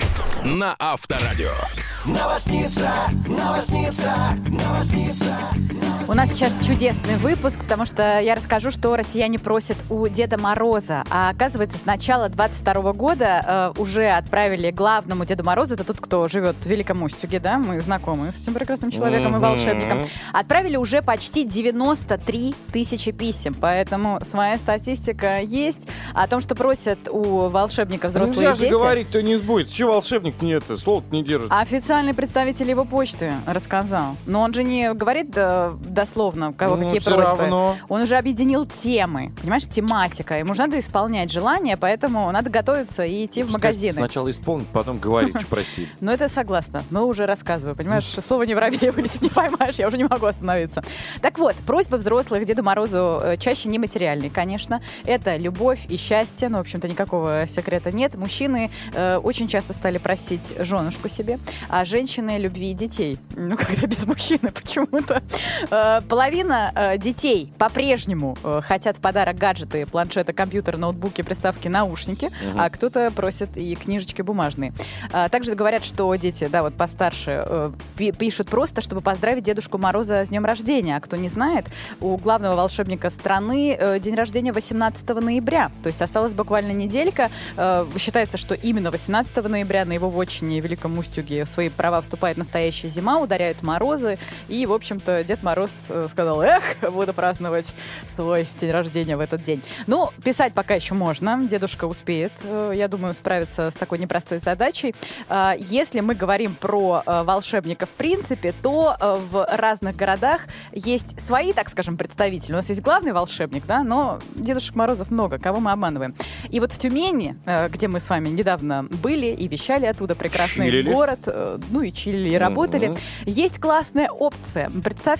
на Авторадио. Новосница, новосница, новосница. У нас сейчас чудесный выпуск, потому что я расскажу, что россияне просят у Деда Мороза. А оказывается, с начала двадцать второго года э, уже отправили главному Деду Морозу, это тот, кто живет в Великом Устюге, да, мы знакомы с этим прекрасным человеком и волшебником, отправили уже почти девяносто три тысячи писем. Поэтому своя статистика есть о том, что просят у волшебника взрослые Нельзя же дети. говорить-то не сбудется. Чего волшебник не это, слово-то не держит? Официальный представитель его почты рассказал. Но он же не говорит э, дословно, у кого Ну, какие всё просьбы. равно. Он уже объединил темы. Понимаешь, тематика. Ему же надо исполнять желания, поэтому надо готовиться и идти в Пускай магазины. Сначала исполнить, потом говорить, что просили. Ну, это согласна. Но уже рассказываю. Понимаешь, слово не воробей вылезет, не поймаешь, я уже не могу остановиться. Так вот, просьбы взрослых Деду Морозу э, чаще нематериальные, конечно. Это любовь и счастье. Ну, в общем-то, никакого секрета нет. Мужчины э, очень часто стали просить женушку себе, а женщины — любви и детей. Ну, когда без мужчины почему-то. Э, половина э, детей по-прежнему э, хотят в подарок гаджеты, планшеты, компьютеры, ноутбуки, приставки, наушники, Мгм. а кто-то просит и книжечки бумажные. А, также говорят, что дети, да, вот постарше, э, пи- пишут просто, чтобы поздравить Дедушку Мороза с днем рождения. А кто не знает, у главного волшебника страны э, день рождения восемнадцатого ноября. То есть осталась буквально неделька. Э, считается, что именно восемнадцатого ноября на его вотчине в Великом Устюге в свои права вступает настоящая зима, ударяют морозы. И, в общем-то, Дед Мороз э, сказал: эх, буду праздновать свой день рождения в этот день. Ну, писать пока еще можно. Дедушка успеет, э, я думаю, справиться с такой непростой задачей. Э, Если мы говорим про э, волшебника в принципе, то э, в разных городах есть свои, так скажем, представители. У нас есть главный волшебник, да, но Дедушек Морозов много, кого мы обманываем. И вот в Тюмени, э, где мы с вами недавно были и вещали оттуда, прекрасный Чилили. город, э, ну и чилили, и работали, Мгм. есть классная опция. Представьте себе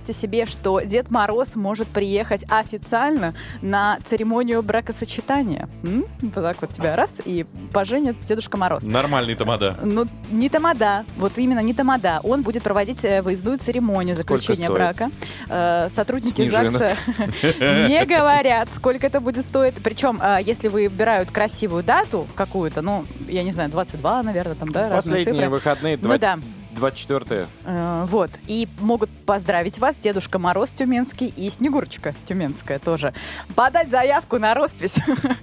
себе, что Дед Мороз может приехать официально на церемонию бракосочетания. М? Вот так вот тебя раз и поженит Дедушка Мороз. Нормальный тамада. Ну, не тамада, вот именно не тамада. Он будет проводить э, выездную церемонию заключения брака. Э, сотрудники Снежинок. ЗАГСа не говорят, сколько это будет стоить. Причем, э, если выбирают красивую дату какую-то, ну, я не знаю, двадцать два, наверное, там, да, разные Последние цифры. выходные, Ну да. двадцать четвёртое. Э, вот. И могут поздравить вас Дедушка Мороз Тюменский и Снегурочка Тюменская тоже. Подать заявку на роспись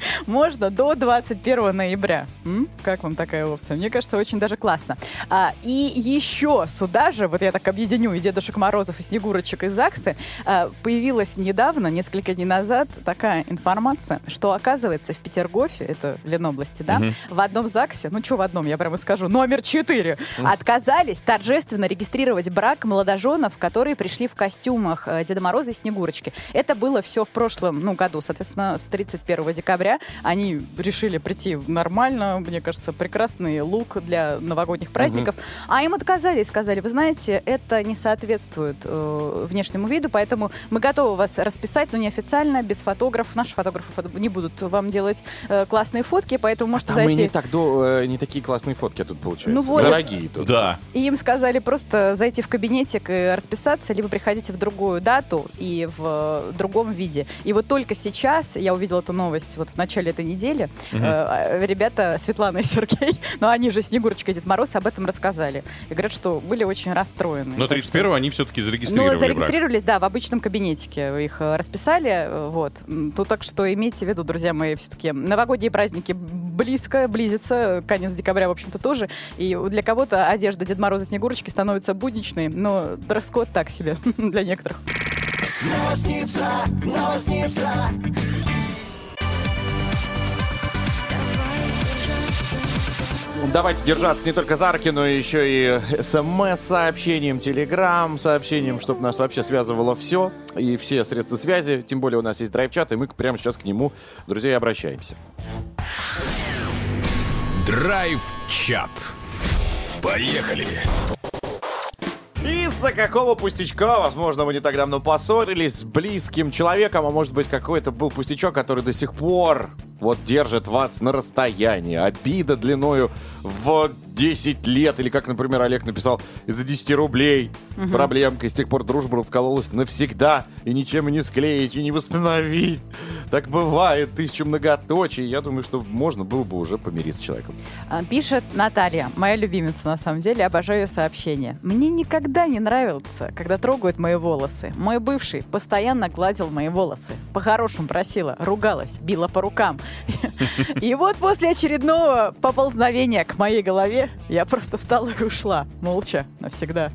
можно до двадцать первого ноября. М? Как вам такая опция? Мне кажется, очень даже классно. А, и еще сюда же, вот я так объединю и Дедушек Морозов, и Снегурочек из ЗАГСы, а, появилась недавно, несколько дней назад, такая информация, что, оказывается, в Петергофе, это в Ленобласти, да, Мгм. в одном ЗАГСе, ну что в одном, я прямо скажу, номер четыре, отказались торжественно регистрировать брак молодоженов, которые пришли в костюмах э, Деда Мороза и Снегурочки. Это было все в прошлом ну, году, соответственно, тридцать первого декабря. Они решили прийти в нормально, мне кажется, прекрасный лук для новогодних праздников. А им отказали и сказали, вы знаете, это не соответствует э, внешнему виду, поэтому мы готовы вас расписать, но неофициально, без фотографов. Наши фотографы не будут вам делать э, классные фотки, поэтому можете Там и зайти... не, так, до, э, не такие классные фотки тут получаются. Ну вот. Дорогие тут. Да. И им сказали просто зайти в кабинетик и расписаться, либо приходите в другую дату и в э, другом виде. И вот только сейчас я увидела эту новость вот в начале этой недели. Мгм. Э, ребята, Светлана и Сергей, но они же Снегурочка и Дед Мороз об этом рассказали. И говорят, что были очень расстроены. Но тридцать первого они все-таки зарегистрировали Ну, брак. зарегистрировались, да, в обычном кабинетике. Их э, расписали, э, вот. М, Тут так что имейте в виду, друзья мои, все-таки новогодние праздники близко, близится, конец декабря, в общем-то, тоже. И для кого-то одежда Дед Мороза и Снегурочки становится будничной, но дресс-код так себе для некоторых. Новосница, новосница. Давайте держаться не только за руки, но еще и смс-сообщением, телеграм-сообщением, чтобы нас вообще связывало все и все средства связи. Тем более у нас есть драйв-чат, и мы прямо сейчас к нему, друзья, и обращаемся. Драйв-чат. Поехали. Из-за какого пустячка, возможно, вы не так давно поссорились с близким человеком, а может быть, какой-то был пустячок, который до сих пор вот держит вас на расстоянии. Обида длиною в десять лет, или как, например, Олег написал, из-за десяти рублей. Мгм. Проблемка, и с тех пор дружба раскололась навсегда, и ничем и не склеить, и не восстановить. Так бывает, тысячу многоточий. Я думаю, что можно было бы уже помириться с человеком. А, Пишет Наталья, моя любимица, на самом деле, обожаю ее сообщение. Мне никогда не нравится, когда трогают мои волосы. Мой бывший постоянно гладил мои волосы. По-хорошему просила, ругалась, била по рукам. И вот после очередного поползновения к моей голове я просто встала и ушла, молча, навсегда.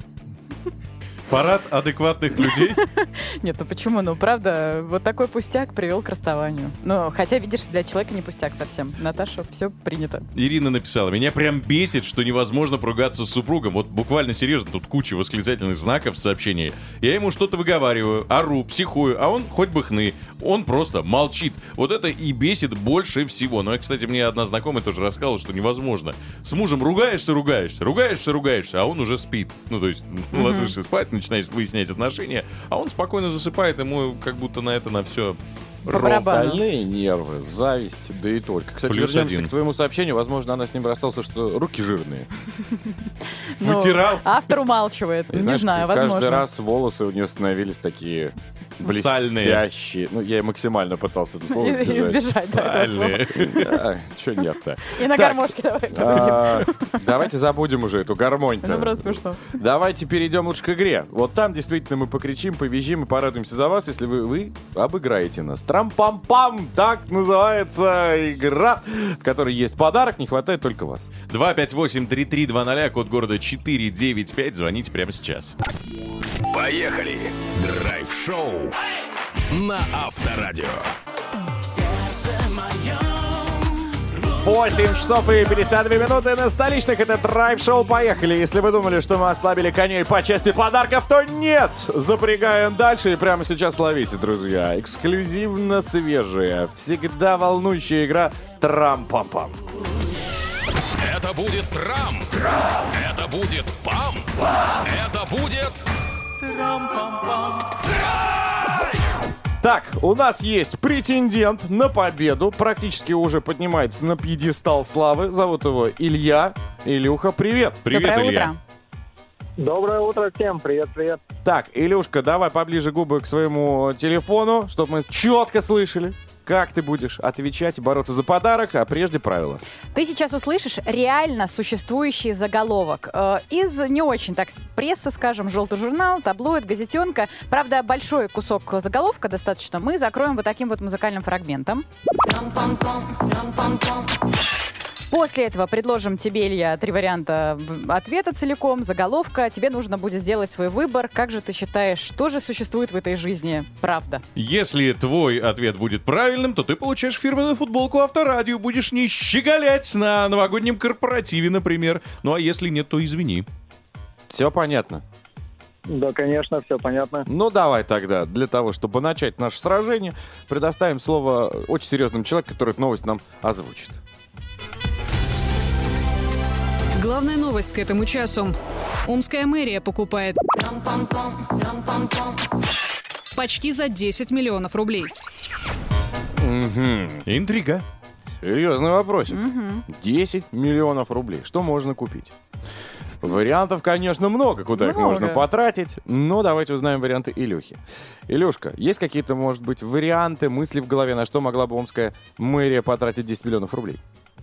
Парад адекватных людей. Нет, ну почему? Ну, правда, вот такой пустяк привел к расставанию. Ну, хотя, видишь, для человека не пустяк совсем. Наташа, все принято. Ирина написала, меня прям бесит, что невозможно поругаться с супругом. Вот буквально серьезно, тут куча восклицательных знаков в сообщении. Я ему что-то выговариваю, ору, психую, а он хоть бы хны. Он просто молчит. Вот это и бесит больше всего. Но, кстати, мне одна знакомая тоже рассказала, что невозможно. С мужем ругаешься, ругаешься, ругаешься, ругаешься, а он уже спит. Ну, то есть, Мгм. ложишься спать, начинаешь выяснять отношения, а он спокойно засыпает, ему как будто на это, на все Больные нервы, зависть, да и только. Кстати, Плюс вернемся один. к твоему сообщению. Возможно, она с ним расстался, что руки жирные. Ну, автор умалчивает. И Не знаешь, знаю, каждый возможно. раз волосы у нее становились такие блестящие. Ну, я максимально пытался это слово И- избежать, да, этого Да, Че нет-то? И на Так, гармошке давай а, побудем. Давайте забудем уже эту гармонь-то. Ну, просто смешно. Давайте перейдем лучше к игре. Вот там действительно мы покричим, повизжим и порадуемся за вас, если вы, вы обыграете нас. Трам-пам-пам! Так называется игра, в которой есть подарок, не хватает только вас. два пять восемь три три два ноль, код города четыре девять пять. Звоните прямо сейчас. Поехали. Драйв-шоу на Авторадио. восемь часов и пятьдесят две минуты на столичных. Это драйв-шоу. Поехали. Если вы думали, что мы ослабили коней по части подарков, то нет. Запрягаем дальше и прямо сейчас ловите, друзья. Эксклюзивно свежая, всегда волнующая игра Трам-пам-пам. Это будет трам. Это будет пам. Это будет Так, у нас есть претендент на победу. Практически уже поднимается на пьедестал славы. Зовут его Илья. Илюха, привет. Привет, Доброе Илья. утро. Доброе утро всем, привет-привет. Так, Илюшка, давай поближе губы к своему телефону, чтобы мы четко слышали, как ты будешь отвечать и бороться за подарок, а прежде правила. Ты сейчас услышишь реально существующий заголовок. Э, из не очень так прессы, скажем, желтый журнал, таблоид, газетенка. Правда, большой кусок заголовка достаточно мы закроем вот таким вот музыкальным фрагментом. После этого предложим тебе, Илья, три варианта ответа целиком, заголовка. Тебе нужно будет сделать свой выбор. Как же ты считаешь, что же существует в этой жизни правда? Если твой ответ будет правильным, то ты получаешь фирменную футболку Авторадио. Будешь не щеголять на новогоднем корпоративе, например. Ну а если нет, то извини. Все понятно? Да, конечно, все понятно. Ну, давай тогда, для того, чтобы начать наше сражение, предоставим слово очень серьезному человеку, который эту новость нам озвучит. Главная новость к этому часу. Омская мэрия покупает почти за десять миллионов рублей. Угу. Интрига. Серьезный вопросик. Угу. десять миллионов рублей. Что можно купить? Вариантов, конечно, много, куда много. их можно потратить. Но давайте узнаем варианты Илюхи. Илюшка, есть какие-то, может быть, варианты, мысли в голове, на что могла бы омская мэрия потратить десять миллионов рублей?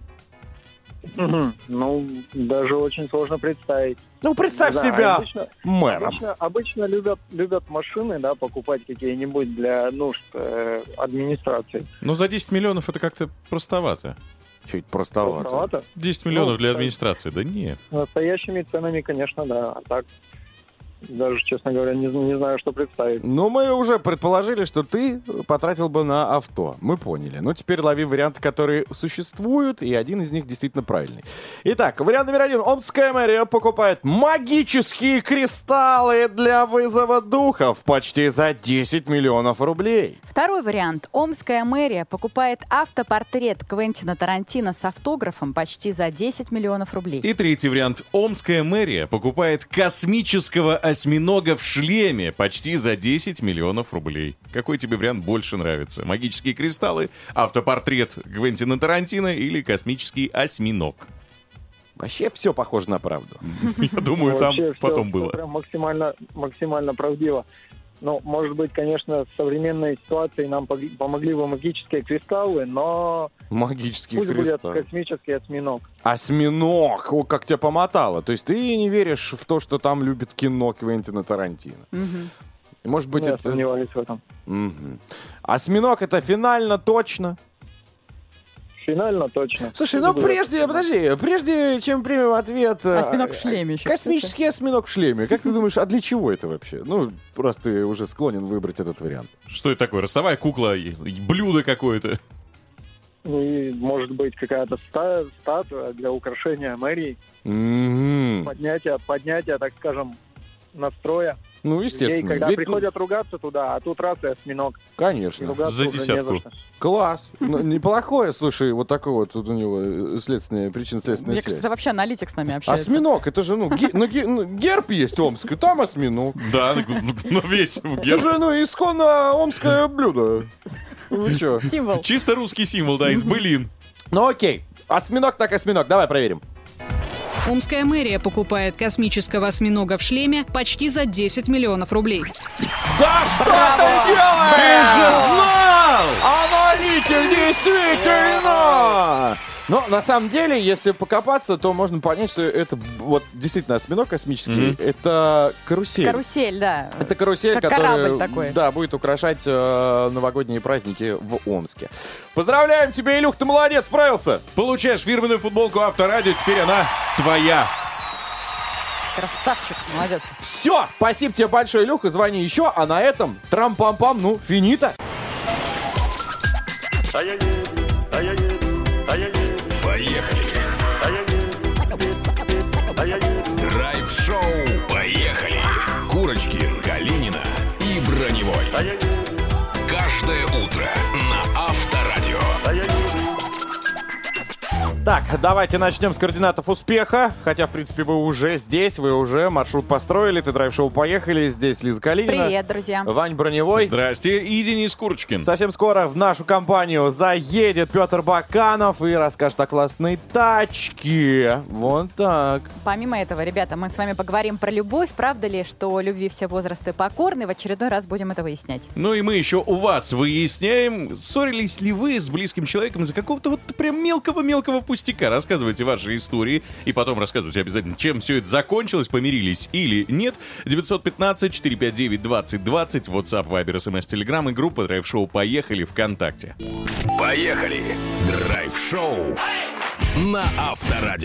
Угу. Ну, даже очень сложно представить. Ну, представь Да, себя обычно, мэром. Обычно, обычно любят, любят машины, да, покупать какие-нибудь для нужд э, администрации. Но за десять миллионов это как-то простовато. Чуть простовато. Простовато? десять миллионов Ну, для так. администрации, да нет. Настоящими ценами, конечно, да. А так, даже, честно говоря, не, не знаю, что представить. Ну, мы уже предположили, что ты потратил бы на авто. Мы поняли. Ну, теперь лови варианты, которые существуют, и один из них действительно правильный. Итак, вариант номер один. Омская мэрия покупает магические кристаллы для вызова духов почти за десять миллионов рублей. Второй вариант. Омская мэрия покупает автопортрет Квентина Тарантино с автографом почти за десять миллионов рублей. И третий вариант. Омская мэрия покупает космического осьминога в шлеме почти за десять миллионов рублей. Какой тебе вариант больше нравится? Магические кристаллы, автопортрет Квентина Тарантино или космический осьминог? Вообще все похоже на правду. Я думаю, там Вообще потом всё- было. всё прям максимально, максимально правдиво. Ну, может быть, конечно, в современной ситуации нам пог- помогли бы магические кристаллы, но Магические пусть кристаллы. будет космический осьминог. Осьминог! О, как тебя помотало. То есть ты не веришь в то, что там любит кино Квентина Тарантино. Мгм. И, может быть, Ну, я это... сомневаюсь в этом. Мгм. Осьминог — это финально точно. Финально точно. Слушай, Пусть ну будет. прежде, подожди, прежде чем примем ответ... э, Осьминог в шлеме еще, Космический осьминог в шлеме. Как ты думаешь, а для чего это вообще? Ну, раз ты уже склонен выбрать этот вариант. Что это такое? Ростовая кукла, и- и блюдо какое-то. Ну, и, может быть, какая-то ста- статуя для украшения мэрии, Мгм. поднятия, поднятия, так скажем, настроя. Ну, Людей, естественно. когда Ведь, ну, приходят ругаться туда, а тут раз и осьминог. И конечно. ругаться За уже не десятку. за что. Класс. Ну, неплохое, слушай, вот такое вот тут у него э, следственная, причинно-следственная Мне связь. кажется, вообще аналитик с нами общается. Осьминог, это же, ну, ге- ну, ге- ну, герб есть омский, там осьминог. Да, ну, ну, весь в Это герб. же, ну, исконно омское блюдо. Вы чё? Символ. Чисто русский символ, да, из былин. Ну, окей. Осьминог так осьминог. Давай проверим. Омская мэрия покупает космического осьминога в шлеме почти за десять миллионов рублей. Да что ты делаешь? Ты же знал! Аналитик, действительно! Но на самом деле, если покопаться, то можно понять, что это вот действительно осьминог космический. Мгм. Это карусель. Карусель, да. Это карусель, Как которая корабль такой. да, будет украшать э, новогодние праздники в Омске. Поздравляем тебя, Илюх, ты молодец, справился. Получаешь фирменную футболку Авторадио, теперь она твоя. Красавчик, молодец. Все, спасибо тебе большое, Илюха, звони еще, а на этом трам-пам-пам, ну, финита. А я еду, а я еду, а я еду. Поехали. А я еду, а я еду. Драйв-шоу. Поехали. Курочкин, Калинина и Броневой. А я еду, Каждое утро на Авторадио. а я еду. Так, давайте начнем с координатов успеха. Хотя, в принципе, вы уже здесь, вы уже маршрут построили, ты драйв-шоу поехали. Здесь Лиза Калинина. Привет, друзья. Вань Броневой. Здрасте, и Денис Курочкин. Совсем скоро в нашу компанию заедет Петр Баканов и расскажет о классной тачке. Вот так. Помимо этого, ребята, мы с вами поговорим про любовь. Правда ли, что любви все возрасты покорны? В очередной раз будем это выяснять. Ну и мы еще у вас выясняем, ссорились ли вы с близким человеком из-за какого-то вот прям мелкого-мелкого пустяка. Рассказывайте ваши истории и потом рассказывайте обязательно, чем все это закончилось, помирились или нет. девятьсот пятнадцать четыреста пятьдесят девять двадцать двадцать, WhatsApp, Viber, эс эм эс, Telegram и группа Драйв-шоу «Поехали» ВКонтакте. Поехали! Драйв-шоу на Авторадио.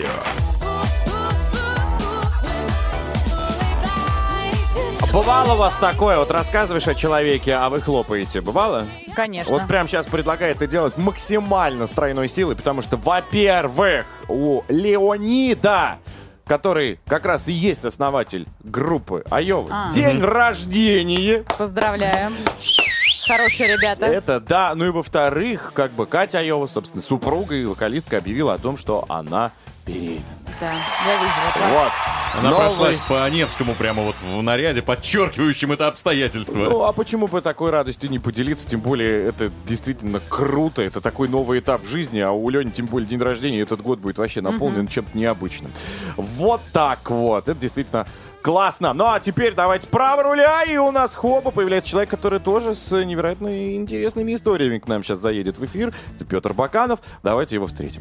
Бывало у вас такое? Вот рассказываешь о человеке, а вы хлопаете. Бывало? Конечно. Вот прямо сейчас предлагаю это делать максимально с тройной силой, потому что, во-первых, у Леонида, который как раз и есть основатель группы Айова, А. день Мгм. рождения. Поздравляем. Хорошие ребята. Это да. Ну и во-вторых, как бы Катя Айова, собственно, супруга и вокалистка, объявила о том, что она беременна. Да, я видела. Вот. Она Новый- прошлась по Невскому прямо вот в наряде, подчеркивающем это обстоятельство. Ну, а почему бы такой радостью не поделиться? Тем более, это действительно круто. Это такой новый этап жизни. А у Лени, тем более, день рождения. Этот год будет вообще наполнен Мгм. чем-то необычным. Вот так вот. Это действительно классно. Ну, а теперь давайте право руля. И у нас хопа появляется человек, который тоже с невероятно интересными историями к нам сейчас заедет в эфир. Это Петр Баканов. Давайте его встретим.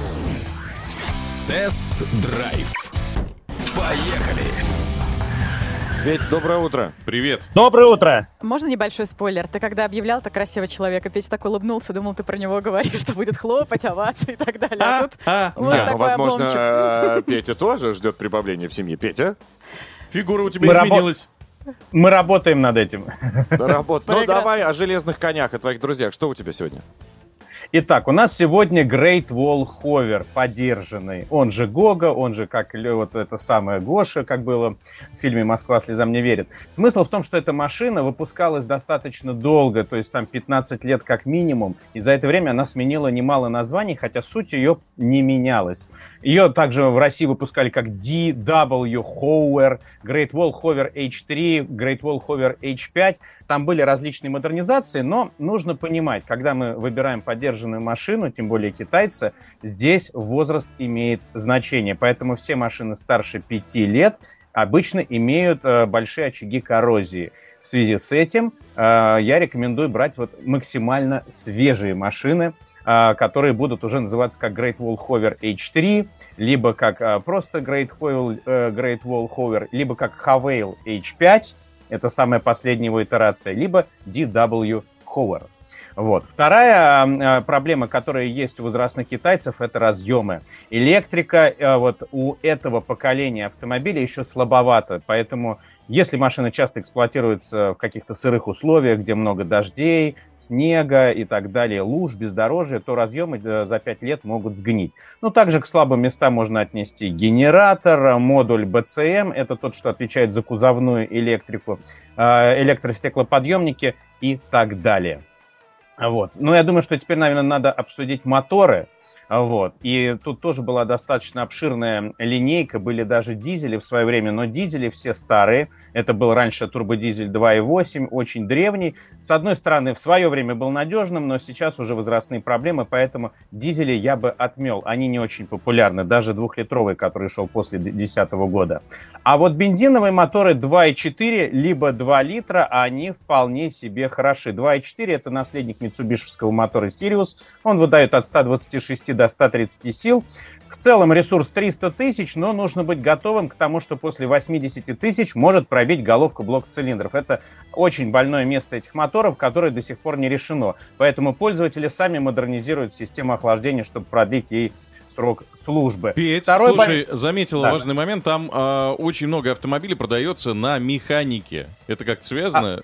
Тест-драйв. Поехали! Петь, доброе утро. Привет. Доброе утро. Можно небольшой спойлер? Ты когда объявлял так красивого человека, Петя так улыбнулся, думал, ты про него говоришь, что будет хлопать, овации и так далее. А, тут вот Не, ну, такой возможно, обломчик. э, Петя тоже ждет прибавления в семье. Петя? Фигура у тебя Мы рабо- изменилась. Мы работаем над этим. Работ. Ну, Прекрасно. давай о железных конях, о твоих друзьях. Что у тебя сегодня? Итак, у нас сегодня Great Wall Hover подержанный. Он же Гога, он же как лё- вот это самое Гоша, как было в фильме «Москва слезам не верит». Смысл в том, что эта машина выпускалась достаточно долго, то есть там пятнадцать лет как минимум. И за это время она сменила немало названий, хотя суть ее не менялась. Ее также в России выпускали как ди дабл ю Hover, Great Wall Hover эйч три, Great Wall Hover эйч пять. Там были различные модернизации, но нужно понимать, когда мы выбираем подержанную машину, тем более китайца, здесь возраст имеет значение. Поэтому все машины старше пяти лет обычно имеют э, большие очаги коррозии. В связи с этим э, я рекомендую брать вот максимально свежие машины, э, которые будут уже называться как Great Wall Hover эйч три, либо как э, просто Great Wall, э, Great Wall Hover, либо как Havail эйч пять. Это самая последняя его итерация, либо ди дабл ю Hover. Вот. Вторая э, проблема, которая есть у возрастных китайцев, это разъемы. Электрика э, вот у этого поколения автомобилей еще слабовата, поэтому если машина часто эксплуатируется в каких-то сырых условиях, где много дождей, снега и так далее, луж, бездорожья, то разъемы э, за пять лет могут сгнить. Ну, также к слабым местам можно отнести генератор, модуль бэ цэ эм, это тот, что отвечает за кузовную электрику, э, электростеклоподъемники и так далее. Вот. Ну, я думаю, что теперь, наверное, надо обсудить моторы. Вот. И тут тоже была достаточно обширная линейка, были даже дизели в свое время, но дизели все старые. Это был раньше турбодизель два и восемь, очень древний. С одной стороны, в свое время был надежным, но сейчас уже возрастные проблемы, поэтому дизели я бы отмел. Они не очень популярны, даже двухлитровый, который шел после две тысячи десятого года. А вот бензиновые моторы два и четыре, либо два литра, они вполне себе хороши. два и четыре это наследник митсубишевского мотора Sirius. Он выдает от ста двадцати шести до ста тридцати сил. В целом ресурс триста тысяч, но нужно быть готовым к тому, что после восьмидесяти тысяч может пробить головку блока цилиндров. Это очень больное место этих моторов, которое до сих пор не решено. Поэтому пользователи сами модернизируют систему охлаждения, чтобы продлить ей срок службы. Петь, Второй слушай, бо- заметил Да. важный момент, там э, очень много автомобилей продается на механике. Это как-то связано?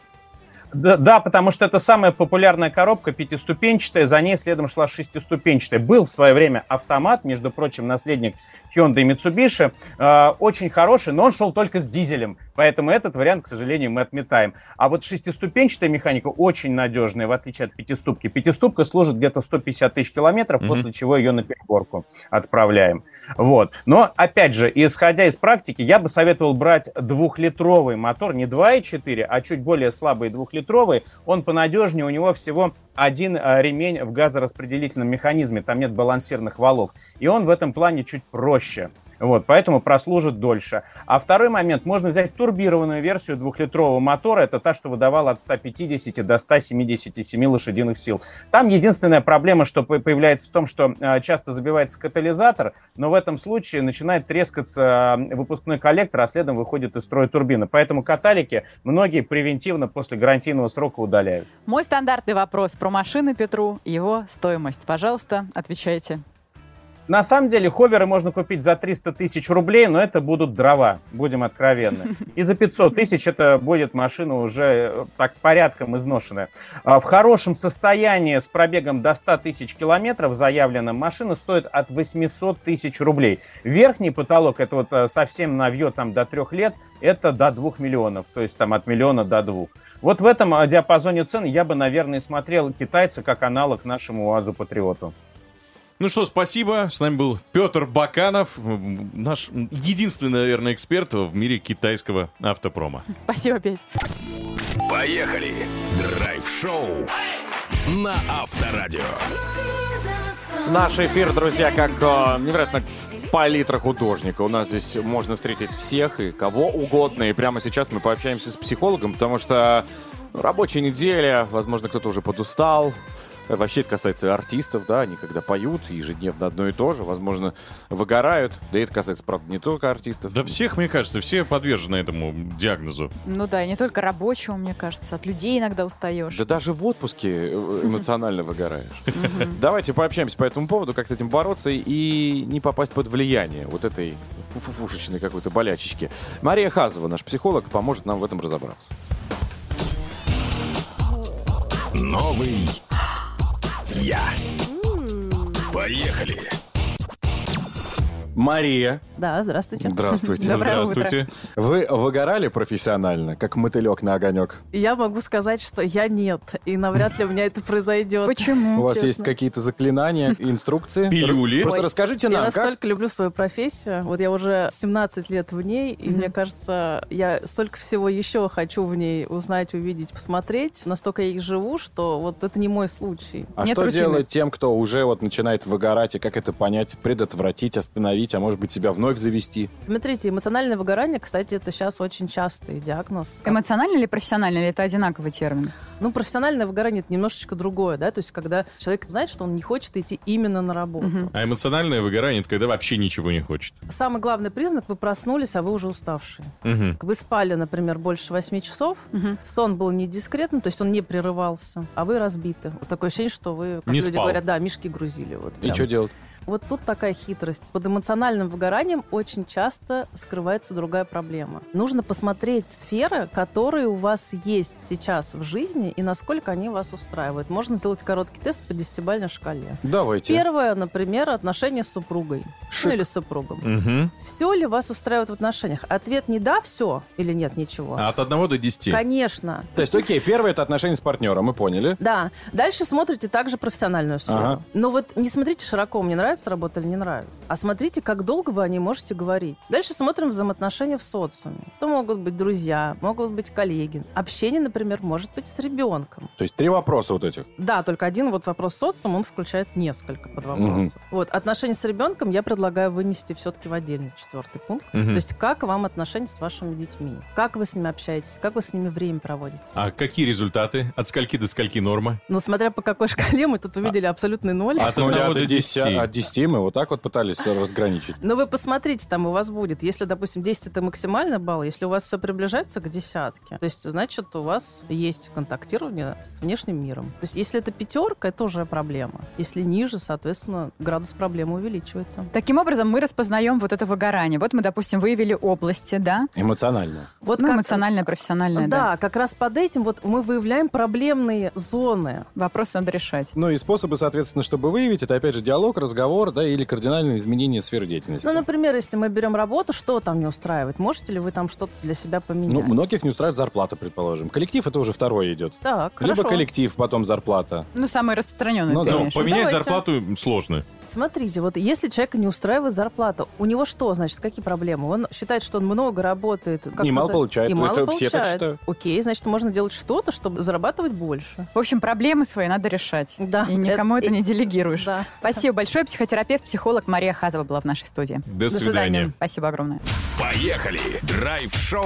Да, да, потому что это самая популярная коробка, пятиступенчатая, за ней следом шла шестиступенчатая. Был в свое время автомат, между прочим, наследник Hyundai и Mitsubishi, э, очень хороший, но он шел только с дизелем. Поэтому этот вариант, к сожалению, мы отметаем. А вот шестиступенчатая механика очень надежная, в отличие от пятиступки. Пятиступка служит где-то сто пятьдесят тысяч километров, mm-hmm. после чего ее на переборку отправляем. Вот. Но, опять же, исходя из практики, я бы советовал брать двухлитровый мотор, не два и четыре, а чуть более слабый двухлитровый. Он понадежнее, у него всего один а, ремень в газораспределительном механизме, там нет балансирных валов. И он в этом плане чуть проще. Вот, поэтому прослужит дольше. А второй момент, можно взять турбированную версию двухлитрового мотора, это та, что выдавала от ста пятидесяти до ста семидесяти семи лошадиных сил. Там единственная проблема, что появляется в том, что а, часто забивается катализатор, но в этом случае начинает трескаться а, выпускной коллектор, а следом выходит из строя турбина. Поэтому каталики многие превентивно после гарантийного срока удаляют. Мой стандартный вопрос про машины Петру, его стоимость. Пожалуйста, отвечайте. На самом деле ховеры можно купить за триста тысяч рублей, но это будут дрова, будем откровенны. И за пятьсот тысяч это будет машина уже так порядком изношенная. В хорошем состоянии с пробегом до ста тысяч километров заявленная машина стоит от восьмисот тысяч рублей. Верхний потолок, это вот совсем новье там до трех лет, это до двух миллионов, то есть там от миллиона до двух. Вот в этом диапазоне цен я бы, наверное, смотрел китайца как аналог нашему УАЗу Патриоту. Ну что, спасибо. С нами был Петр Баканов, наш единственный, наверное, эксперт в мире китайского автопрома. Спасибо, Песь. Поехали! Драйв-шоу на Авторадио. Наш эфир, друзья, как э, невероятно палитра художника. У нас здесь можно встретить всех и кого угодно. И прямо сейчас мы пообщаемся с психологом, потому что рабочая неделя, возможно, кто-то уже подустал. Вообще это касается артистов, да, они когда поют ежедневно одно и то же, возможно, выгорают. Да и это касается, правда, не только артистов. Да всех, мне кажется, все подвержены этому диагнозу. Ну да, и не только рабочего, мне кажется, от людей иногда устаешь. Да даже в отпуске эмоционально выгораешь. Давайте пообщаемся по этому поводу, как с этим бороться и не попасть под влияние вот этой фуфушечной какой-то болячечки. Мария Хазова, наш психолог, поможет нам в этом разобраться. Новый я. Поехали. Мария. Да, здравствуйте. Здравствуйте. Доброе Здравствуйте. утро. Вы выгорали профессионально, как мотылек на огонек? Я могу сказать, что я нет, и навряд ли у меня это произойдет. Почему? У вас Честно. есть какие-то заклинания, инструкции? Пилюли? Просто Ой, расскажите Я нам, как... настолько люблю свою профессию. Вот я уже семнадцать лет в ней, и Мгм. мне кажется, я столько всего еще хочу в ней узнать, увидеть, посмотреть. Настолько я и живу, что вот это не мой случай. А Нет что рутины. делать тем, кто уже вот начинает выгорать, и как это понять, предотвратить, остановить, а может быть себя вновь завести? Смотрите, эмоциональное выгорание, кстати, это сейчас очень частый диагноз. Эмоционально или профессионально, или это одинаковый термин? Ну, профессиональное выгорание — это немножечко другое, да, то есть когда человек знает, что он не хочет идти именно на работу. Мгм. А эмоциональное выгорание — это когда вообще ничего не хочет. Самый главный признак — вы проснулись, а вы уже уставшие. Мгм. Вы спали, например, больше восьми часов, Мгм. сон был не дискретным, то есть он не прерывался, а вы разбиты. Вот такое ощущение, что вы, как Не люди спал. говорят, да, мишки грузили. Вот, И прям. что делать? Вот тут такая хитрость. Под эмоциональным выгоранием очень часто скрывается другая проблема. Нужно посмотреть сферы, которые у вас есть сейчас в жизни, и насколько они вас устраивают. Можно сделать короткий тест по десятибалльной шкале. Давайте. Первое, например, отношения с супругой. Шик. Ну или с супругом. Мгм. Все ли вас устраивает в отношениях? Ответ не «да, все» или «нет, ничего». А от одного до десяти? Конечно. То есть, окей, первое — это отношения с партнером, мы поняли. Да. Дальше смотрите также профессиональную сферу. Ага. Но вот не смотрите широко, мне нравится работа или не нравится, а смотрите, как долго вы о ней можете говорить. Дальше смотрим взаимоотношения в социуме. Это могут быть друзья, могут быть коллеги. Общение, например, может быть с ребенком. То есть три вопроса вот этих. Да, только один вот вопрос социум, он включает несколько подвопросов. Мгм. Вот, отношения с ребенком я предлагаю вынести все-таки в отдельный четвертый пункт. Мгм. То есть как вам отношения с вашими детьми? Как вы с ними общаетесь? Как вы с ними время проводите? А какие результаты? От скольки до скольки норма? Ну, смотря по какой шкале, мы тут увидели абсолютный ноль. От Нуля одного до до десяти. десяти. От десяти мы вот так вот пытались разграничить. Но вы посмотрите, там у вас будет, если, допустим, десять это максимальный балл, если у вас все приближается к десятке, то есть, значит, у вас есть контактирование с внешним миром. То есть, если это пятерка, это уже проблема. Если ниже, соответственно, градус проблемы увеличивается. Таким образом, мы распознаем вот это выгорание. Вот мы, допустим, выявили области, да? Эмоционально. Вот Ну, как- эмоциональное, профессиональное, да. Да, как раз под этим вот мы выявляем проблемные зоны. Вопросы надо решать. Ну и способы, соответственно, чтобы выявить, это опять же диалог, разговор, договор, да, или кардинальное изменение сферы деятельности. Ну, например, если мы берем работу, что там не устраивает? Можете ли вы там что-то для себя поменять? Ну, многих не устраивает зарплата, предположим. Коллектив — это уже второе идет. Так, Либо хорошо. коллектив, потом зарплата. Ну, самый распространенный. Ну, ты да. имеешь. Ну, поменять давайте. зарплату сложно. Смотрите, вот если человека не устраивает зарплата, у него что, значит, какие проблемы? Он считает, что он много работает. как И мало за- получает. И Ну, мало это все так получает. считают. Окей, значит, можно делать что-то, чтобы зарабатывать больше. В общем, проблемы свои надо решать. Да. И никому это, Это- не делегируешь. Да. Спасибо большое. Психотерапевт, психолог Мария Хазова была в нашей студии. До свидания. Спасибо огромное. Поехали! Драйв-шоу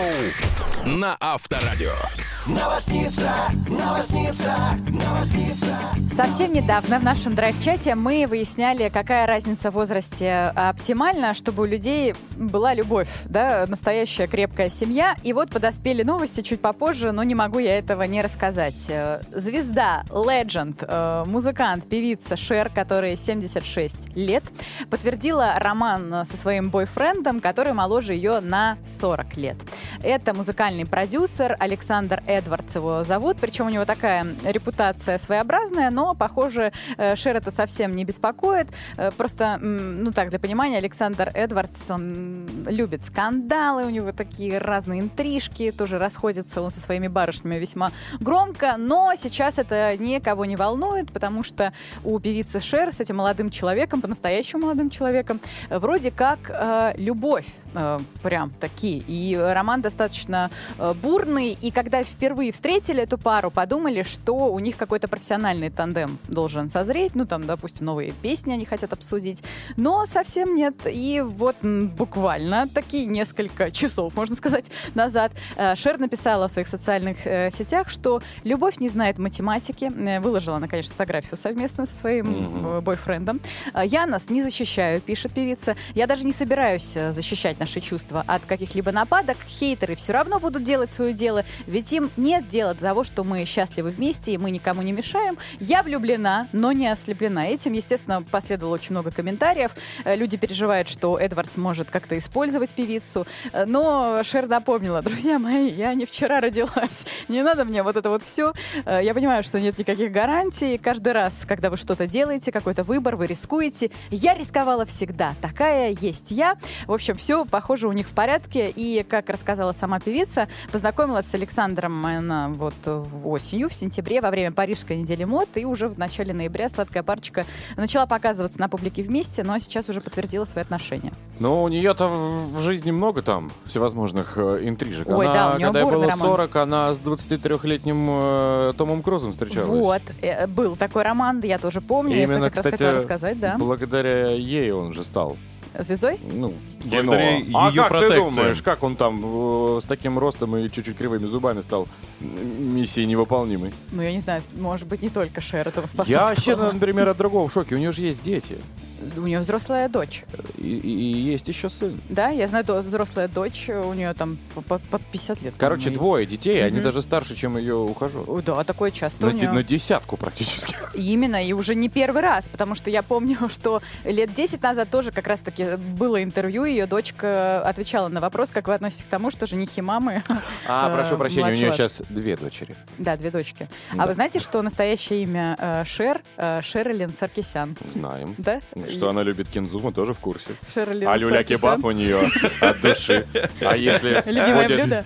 на Авторадио. Новосница, новосница, новосница. Совсем недавно в нашем драйв-чате мы выясняли, какая разница в возрасте оптимальна, чтобы у людей была любовь, да, настоящая крепкая семья. И вот подоспели новости чуть попозже, но не могу я этого не рассказать. Звезда, легенд, музыкант, певица Шер, которой семьдесят шесть лет, подтвердила роман со своим бойфрендом, который моложе ее на сорок лет. Это музыкальный продюсер Александр Эдвардс его зовут, причем у него такая репутация своеобразная, но, похоже, Шер это совсем не беспокоит. Просто, ну так, для понимания, Александр Эдвардс, он любит скандалы, у него такие разные интрижки, тоже расходится он со своими барышнями весьма громко, но сейчас это никого не волнует, потому что у певицы Шер с этим молодым человеком, по-настоящему молодым человеком, вроде как э, любовь, э, прям такие. И роман достаточно э, бурный, и когда впервые встретили эту пару, подумали, что у них какой-то профессиональный тандем должен созреть, ну там, допустим, новые песни они хотят обсудить, но совсем нет. И вот м, буквально такие несколько часов, можно сказать, назад э, Шер написала в своих социальных э, сетях, что любовь не знает математики. Э, выложила она, конечно, фотографию совместную со своим mm-hmm. бойфрендом. Э, «Я нас не защищаю», пишет певица. «Я даже не собираюсь защищать наши чувства от каких-либо нападок. Хейтеры все равно будут делать свое дело, ведь им нет дела до того, что мы счастливы вместе и мы никому не мешаем. Я влюблена, но не ослеплена». Этим, естественно, последовало очень много комментариев. Э, люди переживают, что Эдвардс может как-то использовать певицу. Э, но Шер напомнила: друзья мои, я не вчера родилась. Не надо мне вот это вот все. Э, я понимаю, что нет никаких гарантий. Каждый раз, когда вы что-то делаете, какой-то выбор, вы рискуете. Я рисковала всегда. Такая есть я. В общем, все, похоже, у них в порядке. И, как рассказала сама певица, познакомилась с Александром она вот осенью, в сентябре, во время Парижской недели мод. И уже в начале ноября сладкая парочка начала показываться на публике вместе, но сейчас уже подтвердила свои отношения. Но у нее-то в жизни много там всевозможных э, интрижек. Ой, она, да, у нее когда ей бурный было роман. сорок, она с двадцатитрёхлетним э, Томом Крузом встречалась. Вот, э, был такой роман, я тоже помню. И я именно, как раз кстати, хотела рассказать, да. благодаря ей он же стал. Звездой? Ну, Благодаря кино. А ее как ты протекциям. думаешь, как он там э, с таким ростом и чуть-чуть кривыми зубами стал миссией невыполнимой? Ну, я не знаю, может быть, не только Шер этому Я способствовала. вообще, например, от другого в шоке. У нее же есть дети. У нее взрослая дочь. И, и- и есть еще сын. Да, я знаю, то взрослая дочь, у нее там под, под пятьдесят лет. Короче, по-моему. двое детей, они Мгм. даже старше, чем ее ухажер. Ой, да, такое часто На, у де- нее. на десятку практически. Именно, и уже не первый раз, потому что я помню, что лет десять назад тоже как раз-таки было интервью, ее дочка отвечала на вопрос, как вы относитесь к тому, что женихи мамы... А, э, прошу прощения, у младше нее вас. сейчас две дочери. Да, две дочки. Да. А вы знаете, что настоящее имя э, Шер э, Шерлин Саркисян? Знаем. Да? Что она любит кинзу, мы тоже в курсе. Шерлин А люля-кебаб Саркисян. у нее от души. А если Любимое будет блюдо?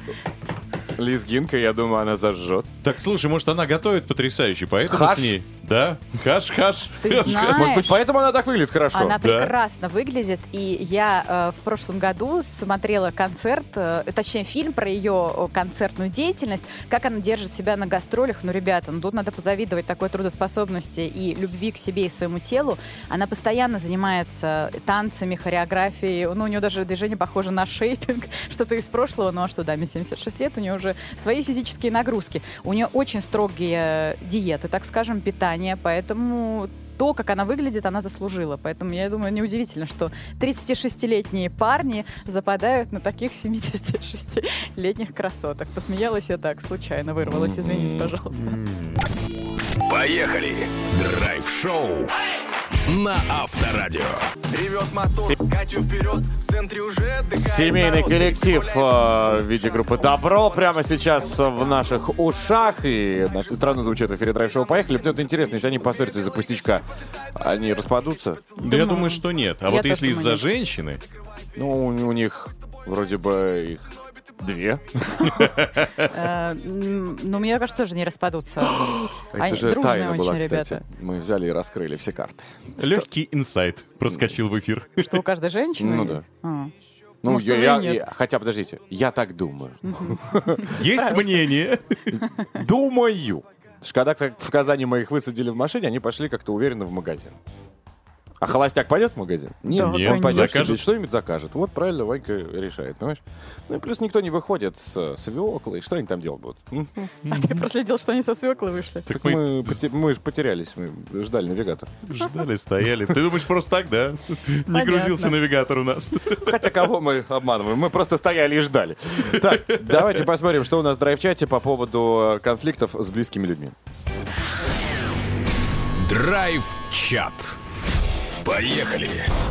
лезгинка, я думаю, она зажжет. Так, слушай, может, она готовит потрясающе, поэтому Хаш? с ней... Да? Хаш-хаш. Ты знаешь, Может быть, поэтому она так выглядит хорошо? она Да. прекрасно выглядит, и я э, в прошлом году смотрела концерт, э, точнее фильм про ее э, концертную деятельность, как она держит себя на гастролях. Ну, ребята, ну тут надо позавидовать такой трудоспособности и любви к себе и своему телу. Она постоянно занимается танцами, хореографией, ну, у нее даже движение похоже на шейпинг, что-то из прошлого, ну а что, даме семьдесят шесть лет, у нее уже свои физические нагрузки. У нее очень строгие диеты, так скажем, питание, поэтому то, как она выглядит, она заслужила. Поэтому я думаю, неудивительно, что тридцатишестилетние парни западают на таких семидесятишестилетних красоток. Посмеялась я так, случайно вырвалась, извините, пожалуйста. Поехали! Драйв-шоу на Авторадио. Ревет мотор, качу вперед, в центре уже отдыхает Семейный народ. коллектив э, в виде группы «Добро» прямо сейчас в наших ушах. И наши страны звучат в эфире драйв-шоу «Поехали». Вот это интересно, если они поссорятся из-за пустячка, они распадутся? Да я думаю, что нет. А Я вот тоже если думаю, из-за нет. женщины... Ну, у, у них вроде бы их две. Э, м, Ну, мне кажется, тоже не распадутся. Это Они же дружные тайна очень была, кстати. ребята. Мы взяли и раскрыли все карты. Легкий инсайт проскочил в эфир. Что у каждой женщины? Ну есть? да. А. Ну, Может, я, уже я- и нет. я- хотя, подождите, я так думаю. Есть мнение. Думаю. Потому что когда как в Казани мы их высадили в машине, они пошли как-то уверенно в магазин. А холостяк пойдет в магазин? Да, он конечно. пойдет Закажет. себе что-нибудь закажет. Вот правильно Ванька решает, понимаешь? Ну и плюс никто не выходит с свеклой. Что они там делать будут? М? А ты проследил, что они со свеклой вышли? Так мы, поте- мы же потерялись, мы ждали навигатор. Ждали, стояли. Ты думаешь, просто так, да? Не Понятно. грузился навигатор у нас. Хотя кого мы обманываем? Мы просто стояли и ждали. Так, давайте посмотрим, что у нас в драйв-чате по поводу э, конфликтов с близкими людьми. Драйв-чат. Поехали.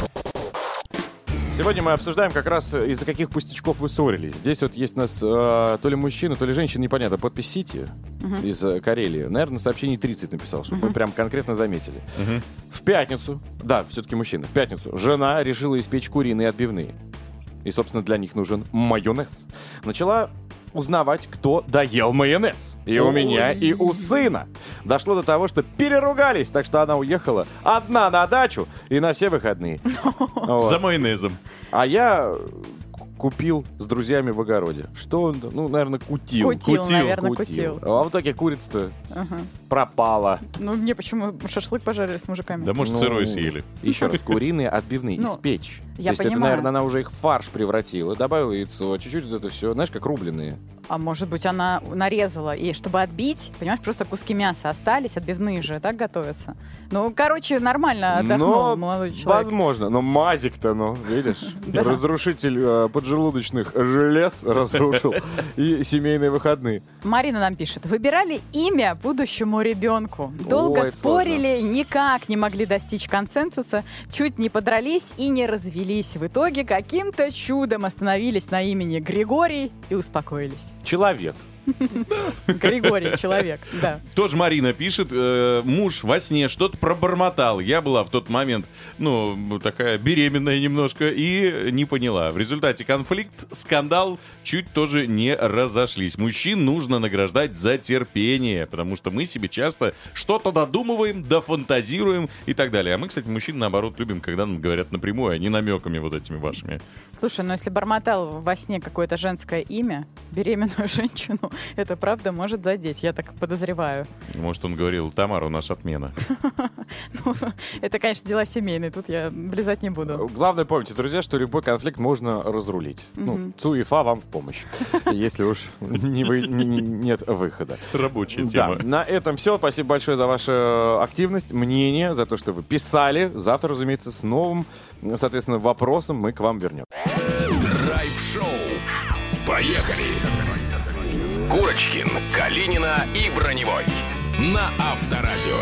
Сегодня мы обсуждаем как раз, из-за каких пустячков вы ссорились. Здесь вот есть у нас э, то ли мужчина, то ли женщина, непонятно. Подпись Сити Мгм. из э, Карелии. Наверное, сообщений тридцать написал, чтобы Мгм. мы прям конкретно заметили. В пятницу, да, все-таки мужчина, в пятницу жена решила испечь куриные отбивные. И, собственно, для них нужен майонез. Начала узнавать, кто доел майонез. И у Ой. меня, и у сына. Дошло до того, что переругались, так что она уехала одна на дачу и на все выходные. Вот. За майонезом. А я купил с друзьями в огороде. Что он, там? Ну, наверное, кутил. Кутил, наверное, кутил. А в итоге курица-то Ага. пропала. Ну, не, почему шашлык пожарили с мужиками? Да, может, Ну, сырой съели. Еще раз, куриные отбивные Ну, испечь. я То есть это, понимаю. наверное, она уже их в фарш превратила, добавила яйцо, чуть-чуть вот это все, знаешь, как рубленые. А может быть, она нарезала, и чтобы отбить, понимаешь, просто куски мяса остались, отбивные же так готовятся. Ну, короче, нормально отдохнул Но, молодой человек. возможно, но мазик-то, ну, видишь, Да. разрушитель э, поджелудочных желез разрушил и семейные выходные. Марина нам пишет. Выбирали имя будущему ребенку. Долго Ой, это спорили, никак не могли достичь консенсуса, чуть не подрались и не развелись. В итоге каким-то чудом остановились на имени Григорий и успокоились. Человек. Григорий, человек, да. Тоже Марина пишет, э, муж во сне что-то пробормотал. Я была в тот момент, ну, такая беременная немножко и не поняла. В результате конфликт, скандал, чуть тоже не разошлись. Мужчин нужно награждать за терпение, потому что мы себе часто что-то додумываем, дофантазируем и так далее. А мы, кстати, мужчин, наоборот, любим, когда нам говорят напрямую, а не намеками вот этими вашими. Слушай, ну если бормотал во сне какое-то женское имя, беременную женщину, это правда может задеть, я так подозреваю. Может, он говорил, Тамара, у нас отмена. Ну, это, конечно, дела семейные, тут я влезать не буду. Главное помните, друзья, что любой конфликт можно разрулить. Ну, Мгм. Цуефа вам в помощь, если уж не вы- не- не- нет выхода. Рабочая Да, тема. на этом все. Спасибо большое за вашу активность, мнение, за то, что вы писали. Завтра, разумеется, с новым, соответственно, вопросом мы к вам вернем. Драйв-шоу. Поехали. Курочкин, Калинина и Броневой. На Авторадио.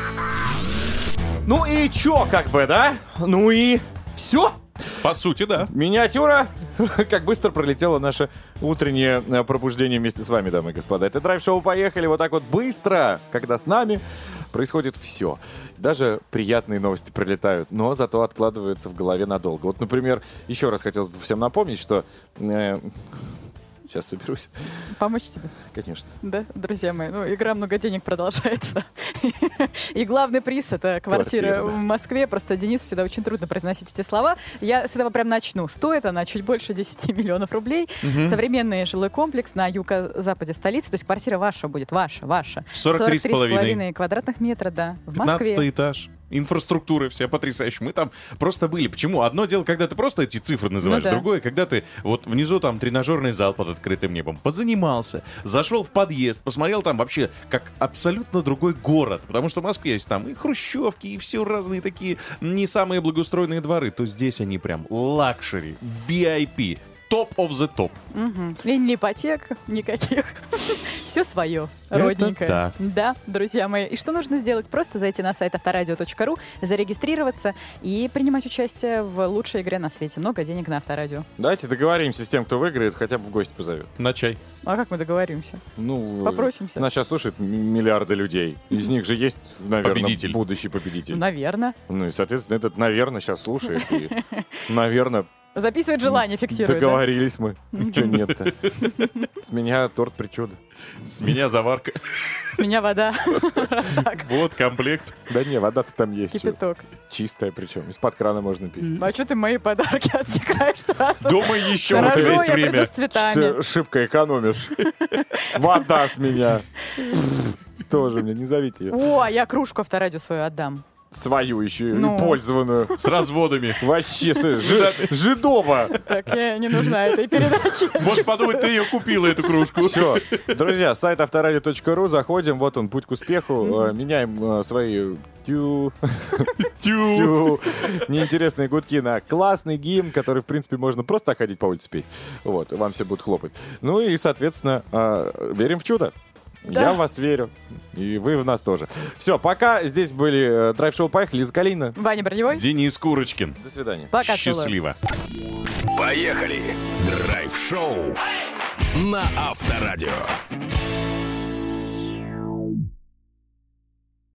Ну и чё, как бы, да? Ну и все. По сути, да. Миниатюра. Как быстро пролетело наше утреннее э, пробуждение вместе с вами, дамы и господа. Это драйв-шоу «Поехали». Вот так вот быстро, когда с нами происходит все. Даже приятные новости прилетают, но зато откладываются в голове надолго. Вот, например, еще раз хотелось бы всем напомнить, что... э, Сейчас соберусь. Помочь тебе? Конечно. Да, друзья мои, ну, игра «Много денег» продолжается. И главный приз — это квартира, Квартира, да. в Москве. Просто Денису всегда очень трудно произносить эти слова. Я с этого прям начну. Стоит она чуть больше десять миллионов рублей. Мгм. Современный жилой комплекс на юго-западе столицы. То есть квартира ваша будет, ваша, ваша. сорок три с половиной квадратных метра, да, в Москве. пятнадцатый этаж. Инфраструктура вся потрясающая. Мы там просто были. Почему? Одно дело, когда ты просто эти цифры называешь, Ну да. другое, когда ты вот внизу там тренажерный зал под открытым небом, подзанимался, зашел в подъезд, посмотрел там вообще как абсолютно другой город. Потому что в Москве есть там и хрущевки, и все разные такие не самые благоустроенные дворы. То здесь они прям лакшери, ви ай пи. Топ of the топ. Мгм. И ни ипотек никаких. Все свое, Это родненькое. да. Да, друзья мои. И что нужно сделать? Просто зайти на сайт авторадио точка ру, зарегистрироваться и принимать участие в лучшей игре на свете. Много денег на Авторадио. Давайте договоримся с тем, кто выиграет, хотя бы в гости позовет. На чай. А как мы договоримся? Ну, Попросимся. Нас сейчас слушают м- миллиарды людей. Из них же есть, наверное, Победитель. будущий победитель. Наверное. Ну и, соответственно, этот, наверное, сейчас слушает. И, наверное, Записывает желание, фиксирует. да? договорились мы. Че нет-то? С меня торт причуда. С меня заварка. С меня вода. Раз так. Вот комплект. Да не, вода-то там есть. всё. Кипяток. Чистая причем. Из-под крана можно пить. М, А что ты мои подарки отсекаешь сразу? Думай еще, у Хорошо, тебя есть я приду время. с цветами. Ты шибко экономишь. Вода с меня. Тоже мне, не зовите ее. О, а я кружку Авторадио свою отдам. Свою еще, Ну. и пользованную. С разводами. Вообще, с- жи- жидово. Так, я не нужна этой передаче. Можешь подумать, ты ее купила, эту кружку. Все, друзья, сайт авторадио точка ру, заходим, вот он, путь к успеху, э, меняем э, свои тю, Тю. тю, неинтересные гудки на классный гимн, который, в принципе, можно просто так ходить по улице петь. Вот, вам все будут хлопать. Ну и, соответственно, э, верим в чудо. Да. Я в вас верю. И вы в нас тоже. Все, пока. Здесь были э, драйв-шоу «Поехали». Лиза Калинина. Ваня Броневой. Денис Курочкин. До свидания. Пока, целую. Счастливо. Поехали! Драйв-шоу на Авторадио.